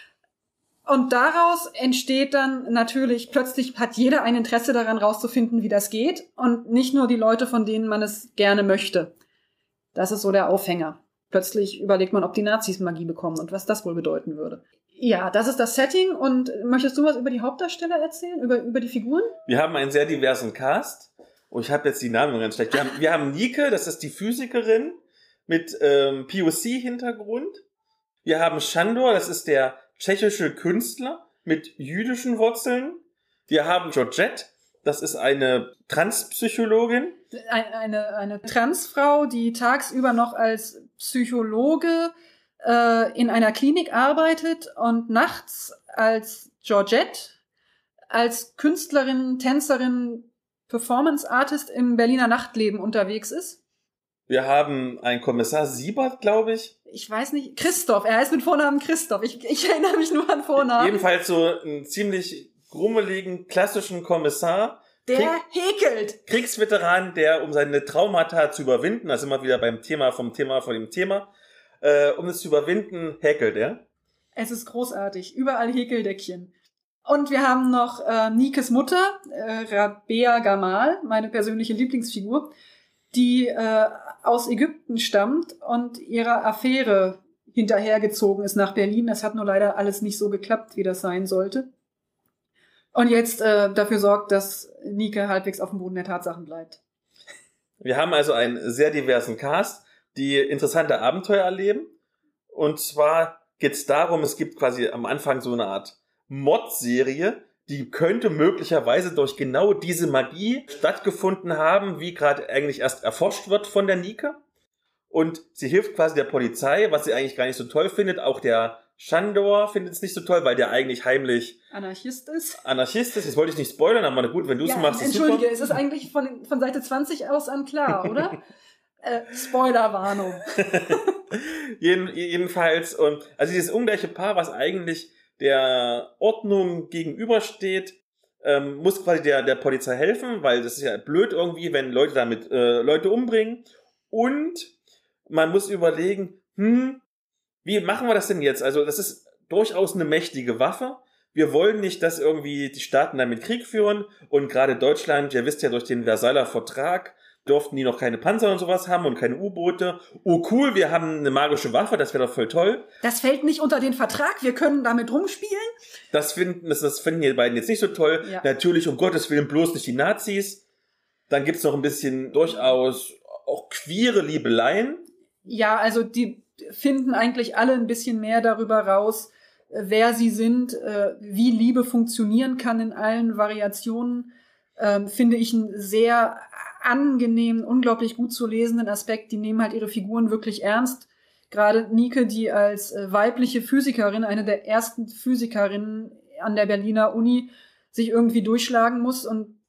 Und daraus entsteht dann natürlich, plötzlich hat jeder ein Interesse daran, rauszufinden, wie das geht. Und nicht nur die Leute, von denen man es gerne möchte. Das ist so der Aufhänger. Plötzlich überlegt man, ob die Nazis Magie bekommen und was das wohl bedeuten würde. Ja, das ist das Setting. Und möchtest du was über die Hauptdarsteller erzählen? Über, über die Figuren? Wir haben einen sehr diversen Cast. Oh, ich habe jetzt die Namen ganz schlecht. Wir haben, wir haben Nike, das ist die Physikerin mit ähm, P O C-Hintergrund. Wir haben Shandor, das ist der tschechische Künstler mit jüdischen Wurzeln. Wir haben Georgette, das ist eine Transpsychologin. Eine, eine, eine Transfrau, die tagsüber noch als Psychologe äh, in einer Klinik arbeitet und nachts als Georgette, als Künstlerin, Tänzerin, Performance Artist im Berliner Nachtleben unterwegs ist. Wir haben einen Kommissar Siebert, glaube ich. Ich weiß nicht, Christoph, er heißt mit Vornamen Christoph. Ich, ich erinnere mich nur an Vornamen. Ebenfalls so einen ziemlich grummeligen, klassischen Kommissar. Der Krieg, häkelt. Kriegsveteran, der, um seine Traumata zu überwinden, also immer wieder beim Thema, vom Thema, von dem Thema, äh, um es zu überwinden, häkelt er. Es ist großartig. Überall Häkeldeckchen. Und wir haben noch äh, Nikes Mutter, äh, Rabea Gamal, meine persönliche Lieblingsfigur, die äh, aus Ägypten stammt und ihrer Affäre hinterhergezogen ist nach Berlin. Das hat nur leider alles nicht so geklappt, wie das sein sollte. Und jetzt äh, dafür sorgt, dass Nike halbwegs auf dem Boden der Tatsachen bleibt. Wir haben also einen sehr diversen Cast, die interessante Abenteuer erleben. Und zwar geht es darum, es gibt quasi am Anfang so eine Art Mordserie, die könnte möglicherweise durch genau diese Magie stattgefunden haben, wie gerade eigentlich erst erforscht wird von der Nike. Und sie hilft quasi der Polizei, was sie eigentlich gar nicht so toll findet. Auch der Shandor findet es nicht so toll, weil der eigentlich heimlich Anarchist ist. Anarchist ist. Das wollte ich nicht spoilern, aber na gut, wenn du es ja, machst, ist Entschuldige, super. es ist eigentlich von, von Seite zwanzig aus an klar, oder? äh, Spoilerwarnung. Jeden, jedenfalls, und also dieses ungleiche Paar, was eigentlich der Ordnung gegenübersteht, ähm, muss quasi der, der Polizei helfen, weil das ist ja blöd irgendwie, wenn Leute damit äh, Leute umbringen. Und man muss überlegen, hm, wie machen wir das denn jetzt? Also das ist durchaus eine mächtige Waffe. Wir wollen nicht, dass irgendwie die Staaten damit Krieg führen. Und gerade Deutschland, ihr wisst ja, durch den Versailler Vertrag durften die noch keine Panzer und sowas haben und keine U-Boote. Oh cool, wir haben eine magische Waffe, das wäre doch voll toll. Das fällt nicht unter den Vertrag, wir können damit rumspielen. Das finden, das, das finden die beiden jetzt nicht so toll. Ja. Natürlich, um Gottes Willen, bloß nicht die Nazis. Dann gibt's noch ein bisschen durchaus auch queere Liebeleien. Ja, also die finden eigentlich alle ein bisschen mehr darüber raus, wer sie sind, wie Liebe funktionieren kann in allen Variationen. Ähm, finde ich einen sehr angenehmen, unglaublich gut zu lesenden Aspekt. Die nehmen halt ihre Figuren wirklich ernst. Gerade Nike, die als äh, weibliche Physikerin, eine der ersten Physikerinnen an der Berliner Uni, sich irgendwie durchschlagen muss. Und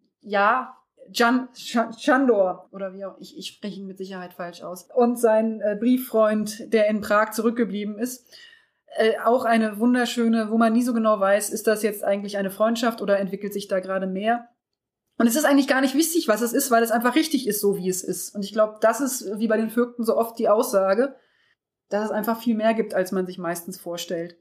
ja, Jan, Shandor, oder wie auch, ich, ich spreche ihn mit Sicherheit falsch aus, und sein äh, Brieffreund, der in Prag zurückgeblieben ist, äh, auch eine wunderschöne, wo man nie so genau weiß, ist das jetzt eigentlich eine Freundschaft oder entwickelt sich da gerade mehr? Und es ist eigentlich gar nicht wichtig, was es ist, weil es einfach richtig ist, so wie es ist. Und ich glaube, das ist, wie bei den Vögten so oft die Aussage, dass es einfach viel mehr gibt, als man sich meistens vorstellt.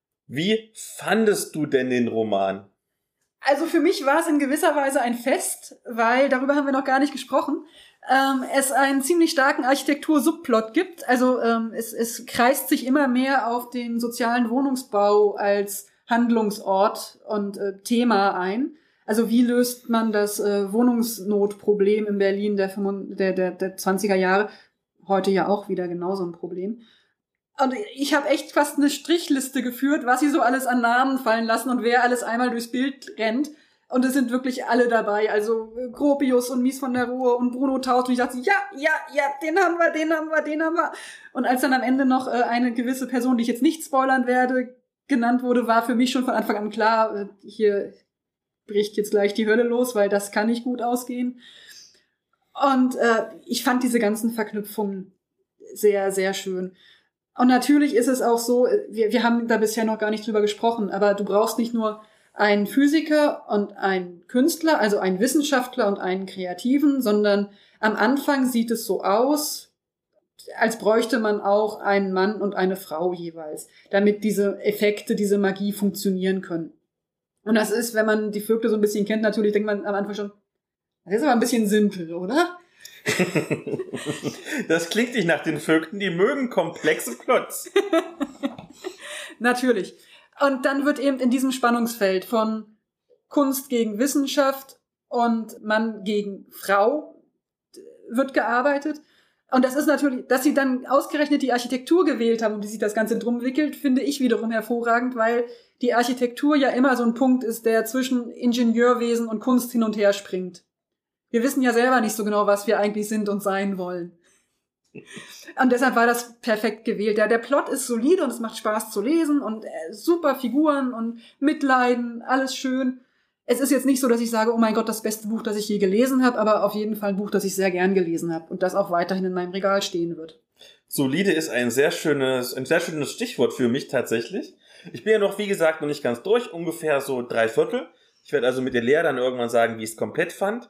Wie fandest du denn den Roman? Also für mich war es in gewisser Weise ein Fest, weil, darüber haben wir noch gar nicht gesprochen, ähm, es einen ziemlich starken Architektur-Subplot gibt. Also ähm, es, es kreist sich immer mehr auf den sozialen Wohnungsbau als Handlungsort und äh, Thema ein. Also wie löst man das äh, Wohnungsnotproblem in Berlin der, der, der, der zwanziger Jahre? Heute ja auch wieder genauso ein Problem. Und ich habe echt fast eine Strichliste geführt, was sie so alles an Namen fallen lassen und wer alles einmal durchs Bild rennt. Und es sind wirklich alle dabei. Also Gropius und Mies von der Ruhr und Bruno Taut. Und ich dachte, ja, ja, ja, den haben wir, den haben wir, den haben wir. Und als dann am Ende noch äh, eine gewisse Person, die ich jetzt nicht spoilern werde, genannt wurde, war für mich schon von Anfang an klar, äh, hier bricht jetzt gleich die Hölle los, weil das kann nicht gut ausgehen. Und äh, ich fand diese ganzen Verknüpfungen sehr, sehr schön. Und natürlich ist es auch so, wir, wir haben da bisher noch gar nicht drüber gesprochen, aber du brauchst nicht nur einen Physiker und einen Künstler, also einen Wissenschaftler und einen Kreativen, sondern am Anfang sieht es so aus, als bräuchte man auch einen Mann und eine Frau jeweils, damit diese Effekte, diese Magie funktionieren können. Und das ist, wenn man die Vögel so ein bisschen kennt, natürlich denkt man am Anfang schon, das ist aber ein bisschen simpel, oder? Das klingt nicht nach den Vögeln, die mögen komplexe Plots. Natürlich. Und dann wird eben in diesem Spannungsfeld von Kunst gegen Wissenschaft und Mann gegen Frau wird gearbeitet. Und das ist natürlich, dass sie dann ausgerechnet die Architektur gewählt haben, um die sich das Ganze drum wickelt, finde ich wiederum hervorragend, weil die Architektur ja immer so ein Punkt ist, der zwischen Ingenieurwesen und Kunst hin und her springt. Wir wissen ja selber nicht so genau, was wir eigentlich sind und sein wollen. Und deshalb war das perfekt gewählt. Ja, der Plot ist solide und es macht Spaß zu lesen und äh, super Figuren und Mitleiden, alles schön. Es ist jetzt nicht so, dass ich sage, oh mein Gott, das beste Buch, das ich je gelesen habe, aber auf jeden Fall ein Buch, das ich sehr gern gelesen habe und das auch weiterhin in meinem Regal stehen wird. Solide ist ein sehr schönes, ein sehr schönes Stichwort für mich tatsächlich. Ich bin ja noch, wie gesagt, noch nicht ganz durch, ungefähr so drei Viertel. Ich werde also mit der Lea dann irgendwann sagen, wie ich es komplett fand.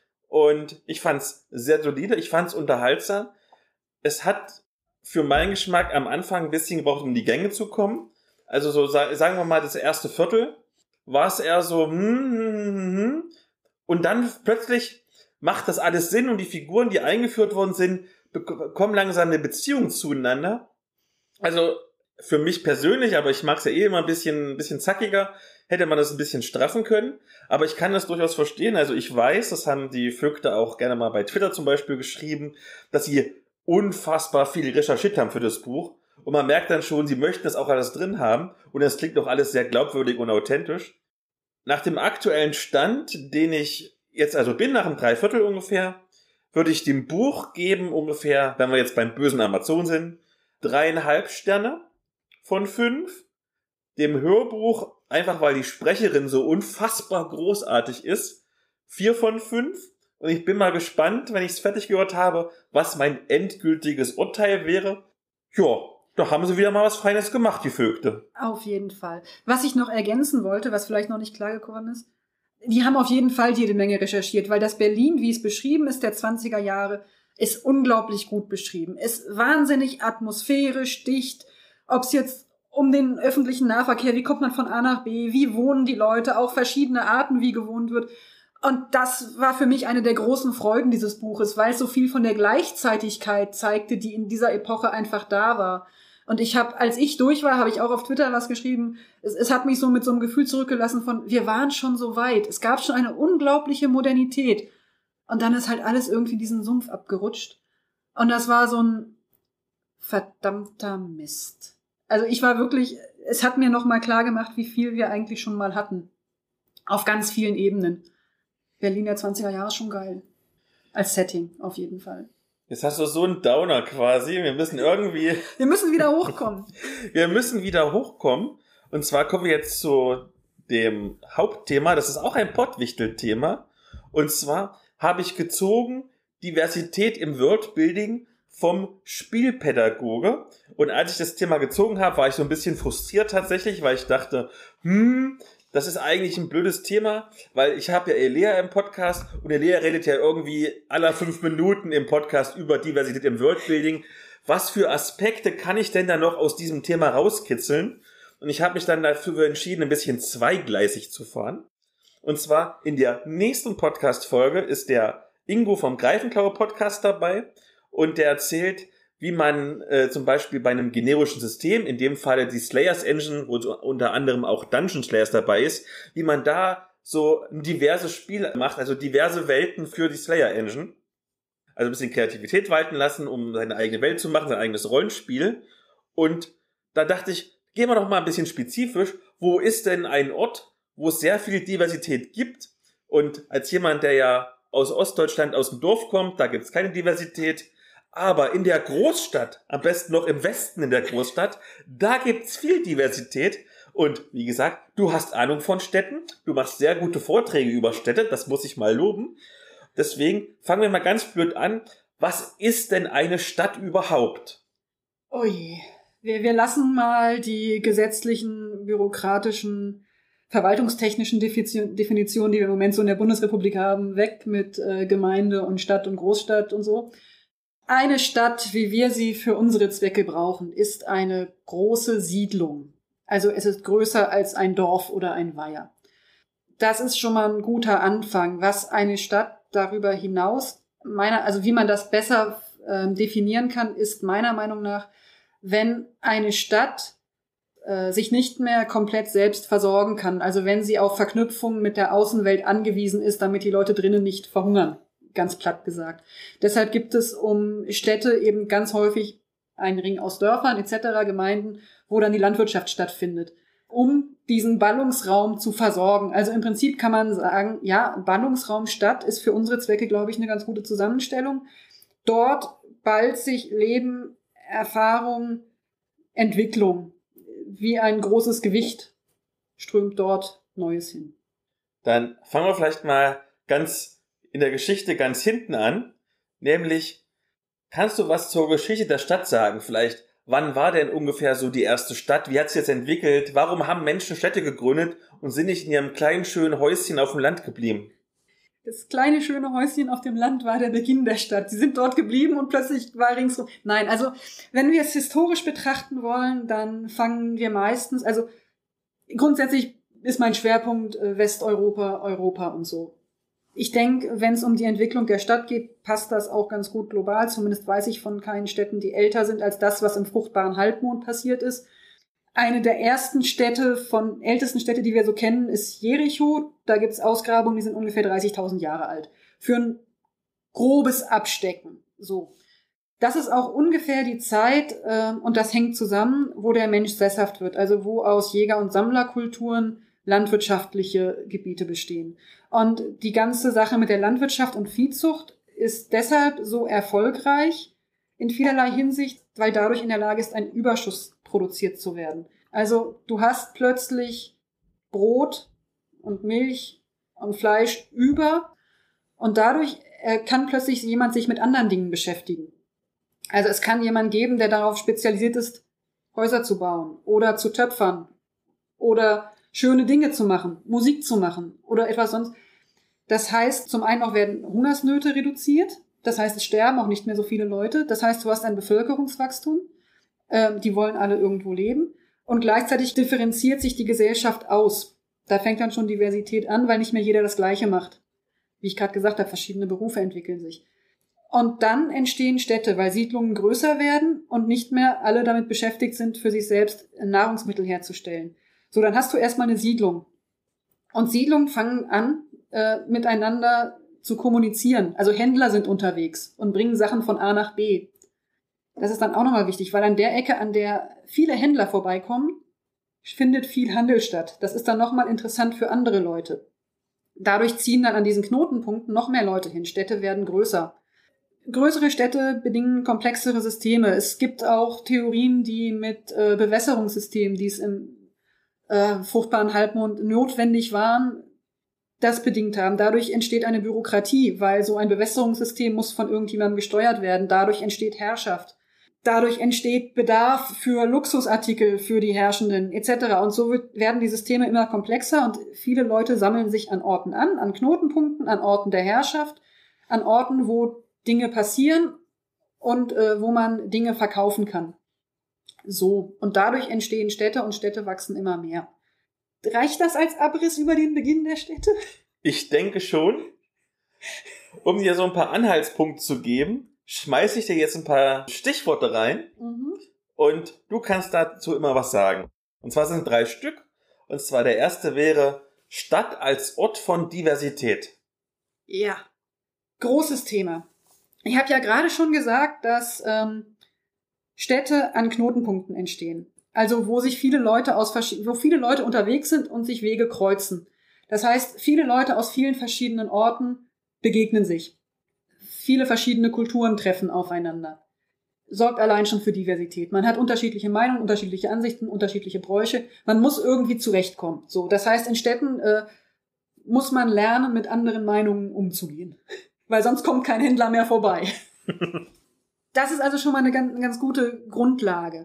Und ich fand es sehr solide, ich fand es unterhaltsam. Es hat für meinen Geschmack am Anfang ein bisschen gebraucht, um in die Gänge zu kommen. Also so sagen wir mal, das erste Viertel war es eher so, hm, hm, hm, hm. Und dann plötzlich macht das alles Sinn und die Figuren, die eingeführt worden sind, bekommen langsam eine Beziehung zueinander. Also für mich persönlich, aber ich mag es ja eh immer ein bisschen, ein bisschen zackiger, hätte man das ein bisschen straffen können. Aber ich kann das durchaus verstehen. Also ich weiß, das haben die Vögte auch gerne mal bei Twitter zum Beispiel geschrieben, dass sie unfassbar viel recherchiert haben für das Buch. Und man merkt dann schon, sie möchten das auch alles drin haben. Und es klingt auch alles sehr glaubwürdig und authentisch. Nach dem aktuellen Stand, den ich jetzt also bin, nach einem Dreiviertel ungefähr, würde ich dem Buch geben ungefähr, wenn wir jetzt beim bösen Amazon sind, dreieinhalb Sterne von fünf. Dem Hörbuch, einfach weil die Sprecherin so unfassbar großartig ist, vier von fünf. Und ich bin mal gespannt, wenn ich es fertig gehört habe, was mein endgültiges Urteil wäre. Ja, da haben sie wieder mal was Feines gemacht, die Vögte. Auf jeden Fall. Was ich noch ergänzen wollte, was vielleicht noch nicht klar geworden ist, die haben auf jeden Fall jede Menge recherchiert, weil das Berlin, wie es beschrieben ist, der zwanziger Jahre, ist unglaublich gut beschrieben. Ist wahnsinnig atmosphärisch, dicht, ob es jetzt um den öffentlichen Nahverkehr, wie kommt man von A nach B, wie wohnen die Leute, auch verschiedene Arten, wie gewohnt wird. Und das war für mich eine der großen Freuden dieses Buches, weil es so viel von der Gleichzeitigkeit zeigte, die in dieser Epoche einfach da war. Und ich habe, als ich durch war, habe ich auch auf Twitter was geschrieben. Es, es hat mich so mit so einem Gefühl zurückgelassen von, wir waren schon so weit. Es gab schon eine unglaubliche Modernität. Und dann ist halt alles irgendwie diesen Sumpf abgerutscht. Und das war so ein verdammter Mist. Also ich war wirklich, es hat mir nochmal klar gemacht, wie viel wir eigentlich schon mal hatten. Auf ganz vielen Ebenen. Berlin der zwanziger Jahre ist schon geil. Als Setting, auf jeden Fall. Jetzt hast du so einen Downer quasi. Wir müssen irgendwie... Wir müssen wieder hochkommen. Wir müssen wieder hochkommen. Und zwar kommen wir jetzt zu dem Hauptthema. Das ist auch ein Pottwichtel-Thema. Und zwar habe ich gezogen Diversität im Worldbuilding vom Spielpädagoge. Und als ich das Thema gezogen habe, war ich so ein bisschen frustriert tatsächlich, weil ich dachte, hm... das ist eigentlich ein blödes Thema, weil ich habe ja Elea im Podcast und Elea redet ja irgendwie alle fünf Minuten im Podcast über Diversität im Worldbuilding. Was für Aspekte kann ich denn da noch aus diesem Thema rauskitzeln? Und ich habe mich dann dafür entschieden, ein bisschen zweigleisig zu fahren. Und zwar in der nächsten Podcast-Folge ist der Ingo vom Greifenklaue Podcast dabei und der erzählt, wie man äh, zum Beispiel bei einem generischen System, in dem Falle die Slayers Engine, wo so unter anderem auch Dungeon Slayers dabei ist, wie man da so ein diverses Spiel macht, also diverse Welten für die Slayer Engine. Also ein bisschen Kreativität walten lassen, um seine eigene Welt zu machen, sein eigenes Rollenspiel. Und da dachte ich, gehen wir doch mal ein bisschen spezifisch. Wo ist denn ein Ort, wo es sehr viel Diversität gibt? Und als jemand, der ja aus Ostdeutschland, aus dem Dorf kommt, da gibt es keine Diversität. Aber in der Großstadt, am besten noch im Westen in der Großstadt, da gibt's viel Diversität. Und wie gesagt, du hast Ahnung von Städten, du machst sehr gute Vorträge über Städte, das muss ich mal loben. Deswegen fangen wir mal ganz blöd an. Was ist denn eine Stadt überhaupt? Oh je. Wir, wir lassen mal die gesetzlichen, bürokratischen, verwaltungstechnischen Definitionen, die wir im Moment so in der Bundesrepublik haben, weg mit äh, Gemeinde und Stadt und Großstadt und so. Eine Stadt, wie wir sie für unsere Zwecke brauchen, ist eine große Siedlung. Also es ist größer als ein Dorf oder ein Weiher. Das ist schon mal ein guter Anfang. Was eine Stadt darüber hinaus, meiner, also wie man das besser äh, definieren kann, ist meiner Meinung nach, wenn eine Stadt äh, sich nicht mehr komplett selbst versorgen kann. Also wenn sie auf Verknüpfungen mit der Außenwelt angewiesen ist, damit die Leute drinnen nicht verhungern. Ganz platt gesagt. Deshalb gibt es um Städte eben ganz häufig einen Ring aus Dörfern et cetera, Gemeinden, wo dann die Landwirtschaft stattfindet, um diesen Ballungsraum zu versorgen. Also im Prinzip kann man sagen, ja, Ballungsraum Stadt ist für unsere Zwecke, glaube ich, eine ganz gute Zusammenstellung. Dort ballt sich Leben, Erfahrung, Entwicklung. Wie ein großes Gewicht strömt dort Neues hin. Dann fangen wir vielleicht mal ganz in der Geschichte ganz hinten an, nämlich, kannst du was zur Geschichte der Stadt sagen? Vielleicht, wann war denn ungefähr so die erste Stadt? Wie hat sich jetzt entwickelt? Warum haben Menschen Städte gegründet und sind nicht in ihrem kleinen, schönen Häuschen auf dem Land geblieben? Das kleine, schöne Häuschen auf dem Land war der Beginn der Stadt. Sie sind dort geblieben und plötzlich war ringsrum. Nein, also, wenn wir es historisch betrachten wollen, dann fangen wir meistens, also, grundsätzlich ist mein Schwerpunkt Westeuropa, Europa und so. Ich denke, wenn es um die Entwicklung der Stadt geht, passt das auch ganz gut global. Zumindest weiß ich von keinen Städten, die älter sind als das, was im fruchtbaren Halbmond passiert ist. Eine der ersten Städte, von ältesten Städte, die wir so kennen, ist Jericho. Da gibt's Ausgrabungen, die sind ungefähr dreißigtausend Jahre alt. Für ein grobes Abstecken. So. Das ist auch ungefähr die Zeit, äh, und das hängt zusammen, wo der Mensch sesshaft wird. Also wo aus Jäger- und Sammlerkulturen landwirtschaftliche Gebiete bestehen. Und die ganze Sache mit der Landwirtschaft und Viehzucht ist deshalb so erfolgreich in vielerlei Hinsicht, weil dadurch in der Lage ist, ein Überschuss produziert zu werden. Also du hast plötzlich Brot und Milch und Fleisch über und dadurch äh, kann plötzlich jemand sich mit anderen Dingen beschäftigen. Also es kann jemand geben, der darauf spezialisiert ist, Häuser zu bauen oder zu töpfern oder schöne Dinge zu machen, Musik zu machen oder etwas sonst. Das heißt, zum einen auch werden Hungersnöte reduziert. Das heißt, es sterben auch nicht mehr so viele Leute. Das heißt, du hast ein Bevölkerungswachstum. Ähm, die wollen alle irgendwo leben. Und gleichzeitig differenziert sich die Gesellschaft aus. Da fängt dann schon Diversität an, weil nicht mehr jeder das Gleiche macht. Wie ich gerade gesagt habe, verschiedene Berufe entwickeln sich. Und dann entstehen Städte, weil Siedlungen größer werden und nicht mehr alle damit beschäftigt sind, für sich selbst Nahrungsmittel herzustellen. So, dann hast du erstmal eine Siedlung. Und Siedlungen fangen an, äh, miteinander zu kommunizieren. Also Händler sind unterwegs und bringen Sachen von A nach B. Das ist dann auch nochmal wichtig, weil an der Ecke, an der viele Händler vorbeikommen, findet viel Handel statt. Das ist dann nochmal interessant für andere Leute. Dadurch ziehen dann an diesen Knotenpunkten noch mehr Leute hin. Städte werden größer. Größere Städte bedingen komplexere Systeme. Es gibt auch Theorien, die mit äh, Bewässerungssystemen, die es im äh, fruchtbaren Halbmond notwendig waren, das bedingt haben. Dadurch entsteht eine Bürokratie, weil so ein Bewässerungssystem muss von irgendjemandem gesteuert werden. Dadurch entsteht Herrschaft. Dadurch entsteht Bedarf für Luxusartikel für die Herrschenden et cetera. Und so wird, werden die Systeme immer komplexer und viele Leute sammeln sich an Orten an, an Knotenpunkten, an Orten der Herrschaft, an Orten, wo Dinge passieren und äh, wo man Dinge verkaufen kann. So. Und dadurch entstehen Städte und Städte wachsen immer mehr. Reicht das als Abriss über den Beginn der Städte? Ich denke schon. Um dir so ein paar Anhaltspunkte zu geben, schmeiße ich dir jetzt ein paar Stichworte rein. Mhm. Und du kannst dazu immer was sagen. Und zwar sind drei Stück. Und zwar der erste wäre Stadt als Ort von Diversität. Ja, großes Thema. Ich habe ja gerade schon gesagt, dass ähm, Städte an Knotenpunkten entstehen. Also wo sich viele Leute aus verschied- wo viele Leute unterwegs sind und sich Wege kreuzen. Das heißt, viele Leute aus vielen verschiedenen Orten begegnen sich. Viele verschiedene Kulturen treffen aufeinander. Sorgt allein schon für Diversität. Man hat unterschiedliche Meinungen, unterschiedliche Ansichten, unterschiedliche Bräuche. Man muss irgendwie zurechtkommen. So, das heißt, in Städten äh, muss man lernen, mit anderen Meinungen umzugehen. Weil sonst kommt kein Händler mehr vorbei. Das ist also schon mal eine ganz, eine ganz gute Grundlage.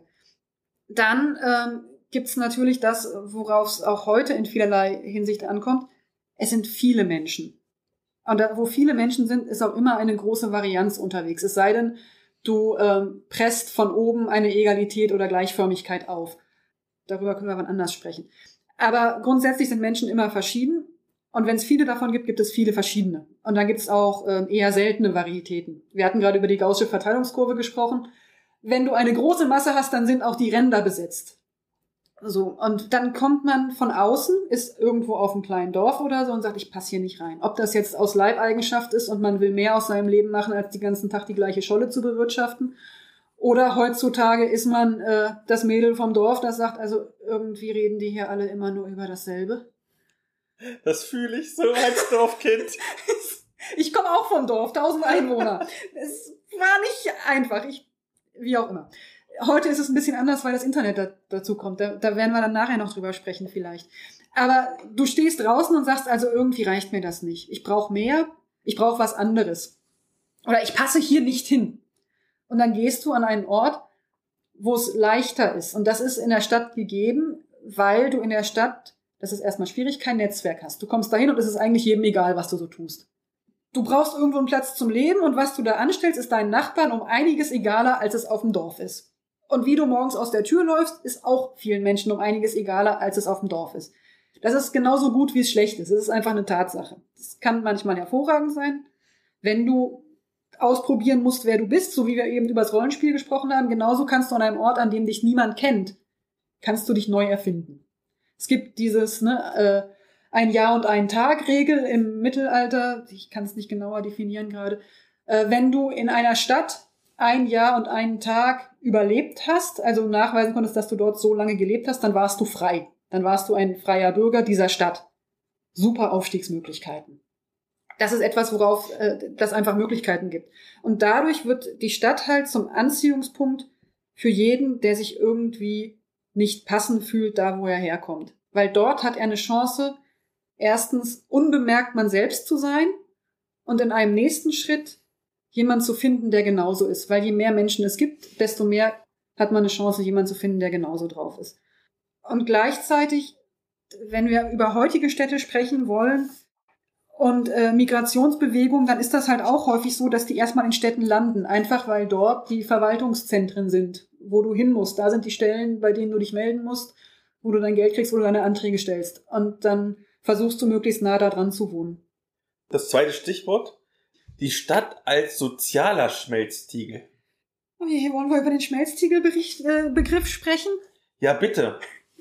Dann ähm, gibt es natürlich das, worauf es auch heute in vielerlei Hinsicht ankommt. Es sind viele Menschen. Und da, wo viele Menschen sind, ist auch immer eine große Varianz unterwegs. Es sei denn, du ähm, presst von oben eine Egalität oder Gleichförmigkeit auf. Darüber können wir wann anders sprechen. Aber grundsätzlich sind Menschen immer verschieden. Und wenn es viele davon gibt, gibt es viele verschiedene. Und dann gibt es auch ähm, eher seltene Varietäten. Wir hatten gerade über die gaußsche Verteilungskurve gesprochen. Wenn du eine große Masse hast, dann sind auch die Ränder besetzt. So, und dann kommt man von außen, ist irgendwo auf einem kleinen Dorf oder so und sagt, ich passe hier nicht rein. Ob das jetzt aus Leibeigenschaft ist und man will mehr aus seinem Leben machen, als den ganzen Tag die gleiche Scholle zu bewirtschaften. Oder heutzutage ist man äh, das Mädel vom Dorf, das sagt, also irgendwie reden die hier alle immer nur über dasselbe. Das fühle ich so als Dorfkind. Ich komme auch vom Dorf, tausend Einwohner. Es war nicht einfach, ich, wie auch immer. Heute ist es ein bisschen anders, weil das Internet da, dazu kommt. Da, da werden wir dann nachher noch drüber sprechen vielleicht. Aber du stehst draußen und sagst, also irgendwie reicht mir das nicht. Ich brauche mehr, ich brauche was anderes. Oder ich passe hier nicht hin. Und dann gehst du an einen Ort, wo es leichter ist. Und das ist in der Stadt gegeben, weil du in der Stadt, das ist erstmal schwierig, kein Netzwerk hast. Du kommst dahin und es ist eigentlich jedem egal, was du so tust. Du brauchst irgendwo einen Platz zum Leben und was du da anstellst, ist deinen Nachbarn um einiges egaler, als es auf dem Dorf ist. Und wie du morgens aus der Tür läufst, ist auch vielen Menschen um einiges egaler, als es auf dem Dorf ist. Das ist genauso gut, wie es schlecht ist. Es ist einfach eine Tatsache. Das kann manchmal hervorragend sein, wenn du ausprobieren musst, wer du bist, so wie wir eben über das Rollenspiel gesprochen haben. Genauso kannst du an einem Ort, an dem dich niemand kennt, kannst du dich neu erfinden. Es gibt dieses ne, äh, ein Jahr und ein Tag Regel im Mittelalter. Ich kann es nicht genauer definieren gerade. Äh, wenn du in einer Stadt ein Jahr und einen Tag überlebt hast, also nachweisen konntest, dass du dort so lange gelebt hast, dann warst du frei. Dann warst du ein freier Bürger dieser Stadt. Super Aufstiegsmöglichkeiten. Das ist etwas, worauf äh, das einfach Möglichkeiten gibt. Und dadurch wird die Stadt halt zum Anziehungspunkt für jeden, der sich irgendwie nicht passend fühlt, da wo er herkommt. Weil dort hat er eine Chance, erstens unbemerkt man selbst zu sein und in einem nächsten Schritt jemand zu finden, der genauso ist. Weil je mehr Menschen es gibt, desto mehr hat man eine Chance, jemanden zu finden, der genauso drauf ist. Und gleichzeitig, wenn wir über heutige Städte sprechen wollen und äh, Migrationsbewegungen, dann ist das halt auch häufig so, dass die erstmal in Städten landen. Einfach weil dort die Verwaltungszentren sind, wo du hin musst. Da sind die Stellen, bei denen du dich melden musst, wo du dein Geld kriegst, wo du deine Anträge stellst. Und dann versuchst du möglichst nah da dran zu wohnen. Das zweite Stichwort: die Stadt als sozialer Schmelztiegel. Okay, wollen wir über den Schmelztiegelbegriff äh, sprechen? Ja, bitte.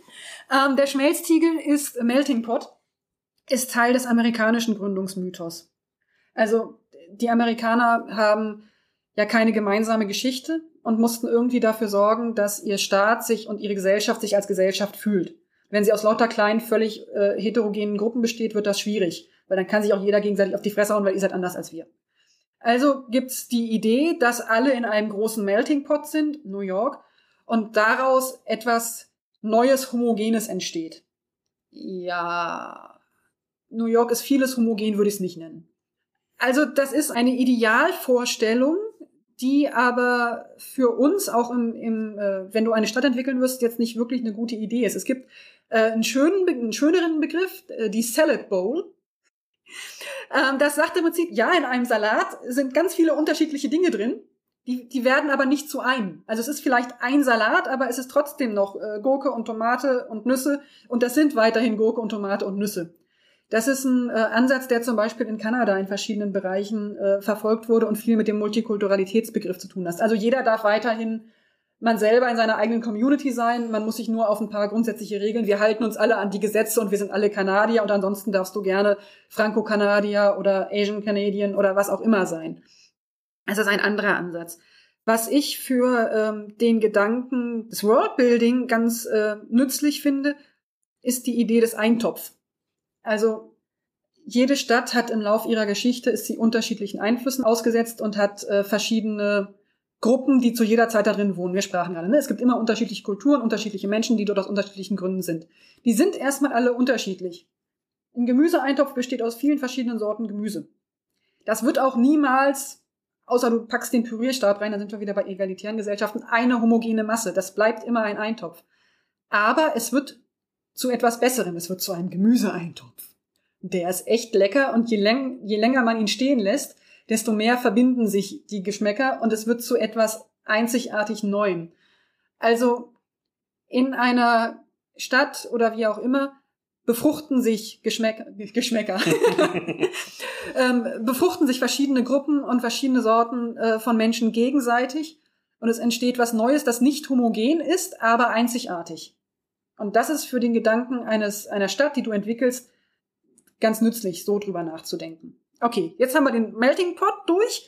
Ähm, der Schmelztiegel ist Melting Pot, ist Teil des amerikanischen Gründungsmythos. Also die Amerikaner haben ja keine gemeinsame Geschichte und mussten irgendwie dafür sorgen, dass ihr Staat sich und ihre Gesellschaft sich als Gesellschaft fühlt. Wenn sie aus lauter kleinen, völlig äh, heterogenen Gruppen besteht, wird das schwierig, weil dann kann sich auch jeder gegenseitig auf die Fresse hauen, weil ihr seid anders als wir. Also gibt's die Idee, dass alle in einem großen Melting Pot sind, New York, und daraus etwas Neues, Homogenes entsteht. Ja, New York ist vieles homogen, würde ich es nicht nennen. Also das ist eine Idealvorstellung, die aber für uns auch im, im äh, wenn du eine Stadt entwickeln wirst, jetzt nicht wirklich eine gute Idee ist. Es gibt äh, einen schönen, einen schöneren Begriff, äh, die Salad Bowl. Ähm, das sagt im Prinzip, ja, in einem Salat sind ganz viele unterschiedliche Dinge drin, die, die werden aber nicht zu einem. Also es ist vielleicht ein Salat, aber es ist trotzdem noch äh, Gurke und Tomate und Nüsse und das sind weiterhin Gurke und Tomate und Nüsse. Das ist ein äh, Ansatz, der zum Beispiel in Kanada in verschiedenen Bereichen äh, verfolgt wurde und viel mit dem Multikulturalitätsbegriff zu tun hat. Also jeder darf weiterhin man selber in seiner eigenen Community sein, man muss sich nur auf ein paar grundsätzliche Regeln, wir halten uns alle an die Gesetze und wir sind alle Kanadier und ansonsten darfst du gerne Franco-Kanadier oder Asian Canadian oder was auch immer sein. Das ist ein anderer Ansatz. Was ich für ähm, den Gedanken des Worldbuilding ganz äh, nützlich finde, ist die Idee des Eintopf. Also jede Stadt hat im Lauf ihrer Geschichte, ist sie unterschiedlichen Einflüssen ausgesetzt und hat äh, verschiedene Gruppen, die zu jeder Zeit da drin wohnen. Wir sprachen gerade, ne? Es gibt immer unterschiedliche Kulturen, unterschiedliche Menschen, die dort aus unterschiedlichen Gründen sind. Die sind erstmal alle unterschiedlich. Ein Gemüseeintopf besteht aus vielen verschiedenen Sorten Gemüse. Das wird auch niemals, außer du packst den Pürierstab rein, dann sind wir wieder bei egalitären Gesellschaften, eine homogene Masse. Das bleibt immer ein Eintopf. Aber es wird zu etwas Besserem. Es wird zu einem Gemüseeintopf. Der ist echt lecker und je, läng- je länger man ihn stehen lässt, desto mehr verbinden sich die Geschmäcker und es wird zu etwas einzigartig Neuem. Also in einer Stadt oder wie auch immer befruchten sich Geschmäcker, Geschmäcker. ähm, befruchten sich verschiedene Gruppen und verschiedene Sorten äh, von Menschen gegenseitig und es entsteht was Neues, das nicht homogen ist, aber einzigartig. Und das ist für den Gedanken eines einer Stadt, die du entwickelst, ganz nützlich, so drüber nachzudenken. Okay, jetzt haben wir den Melting Pot durch.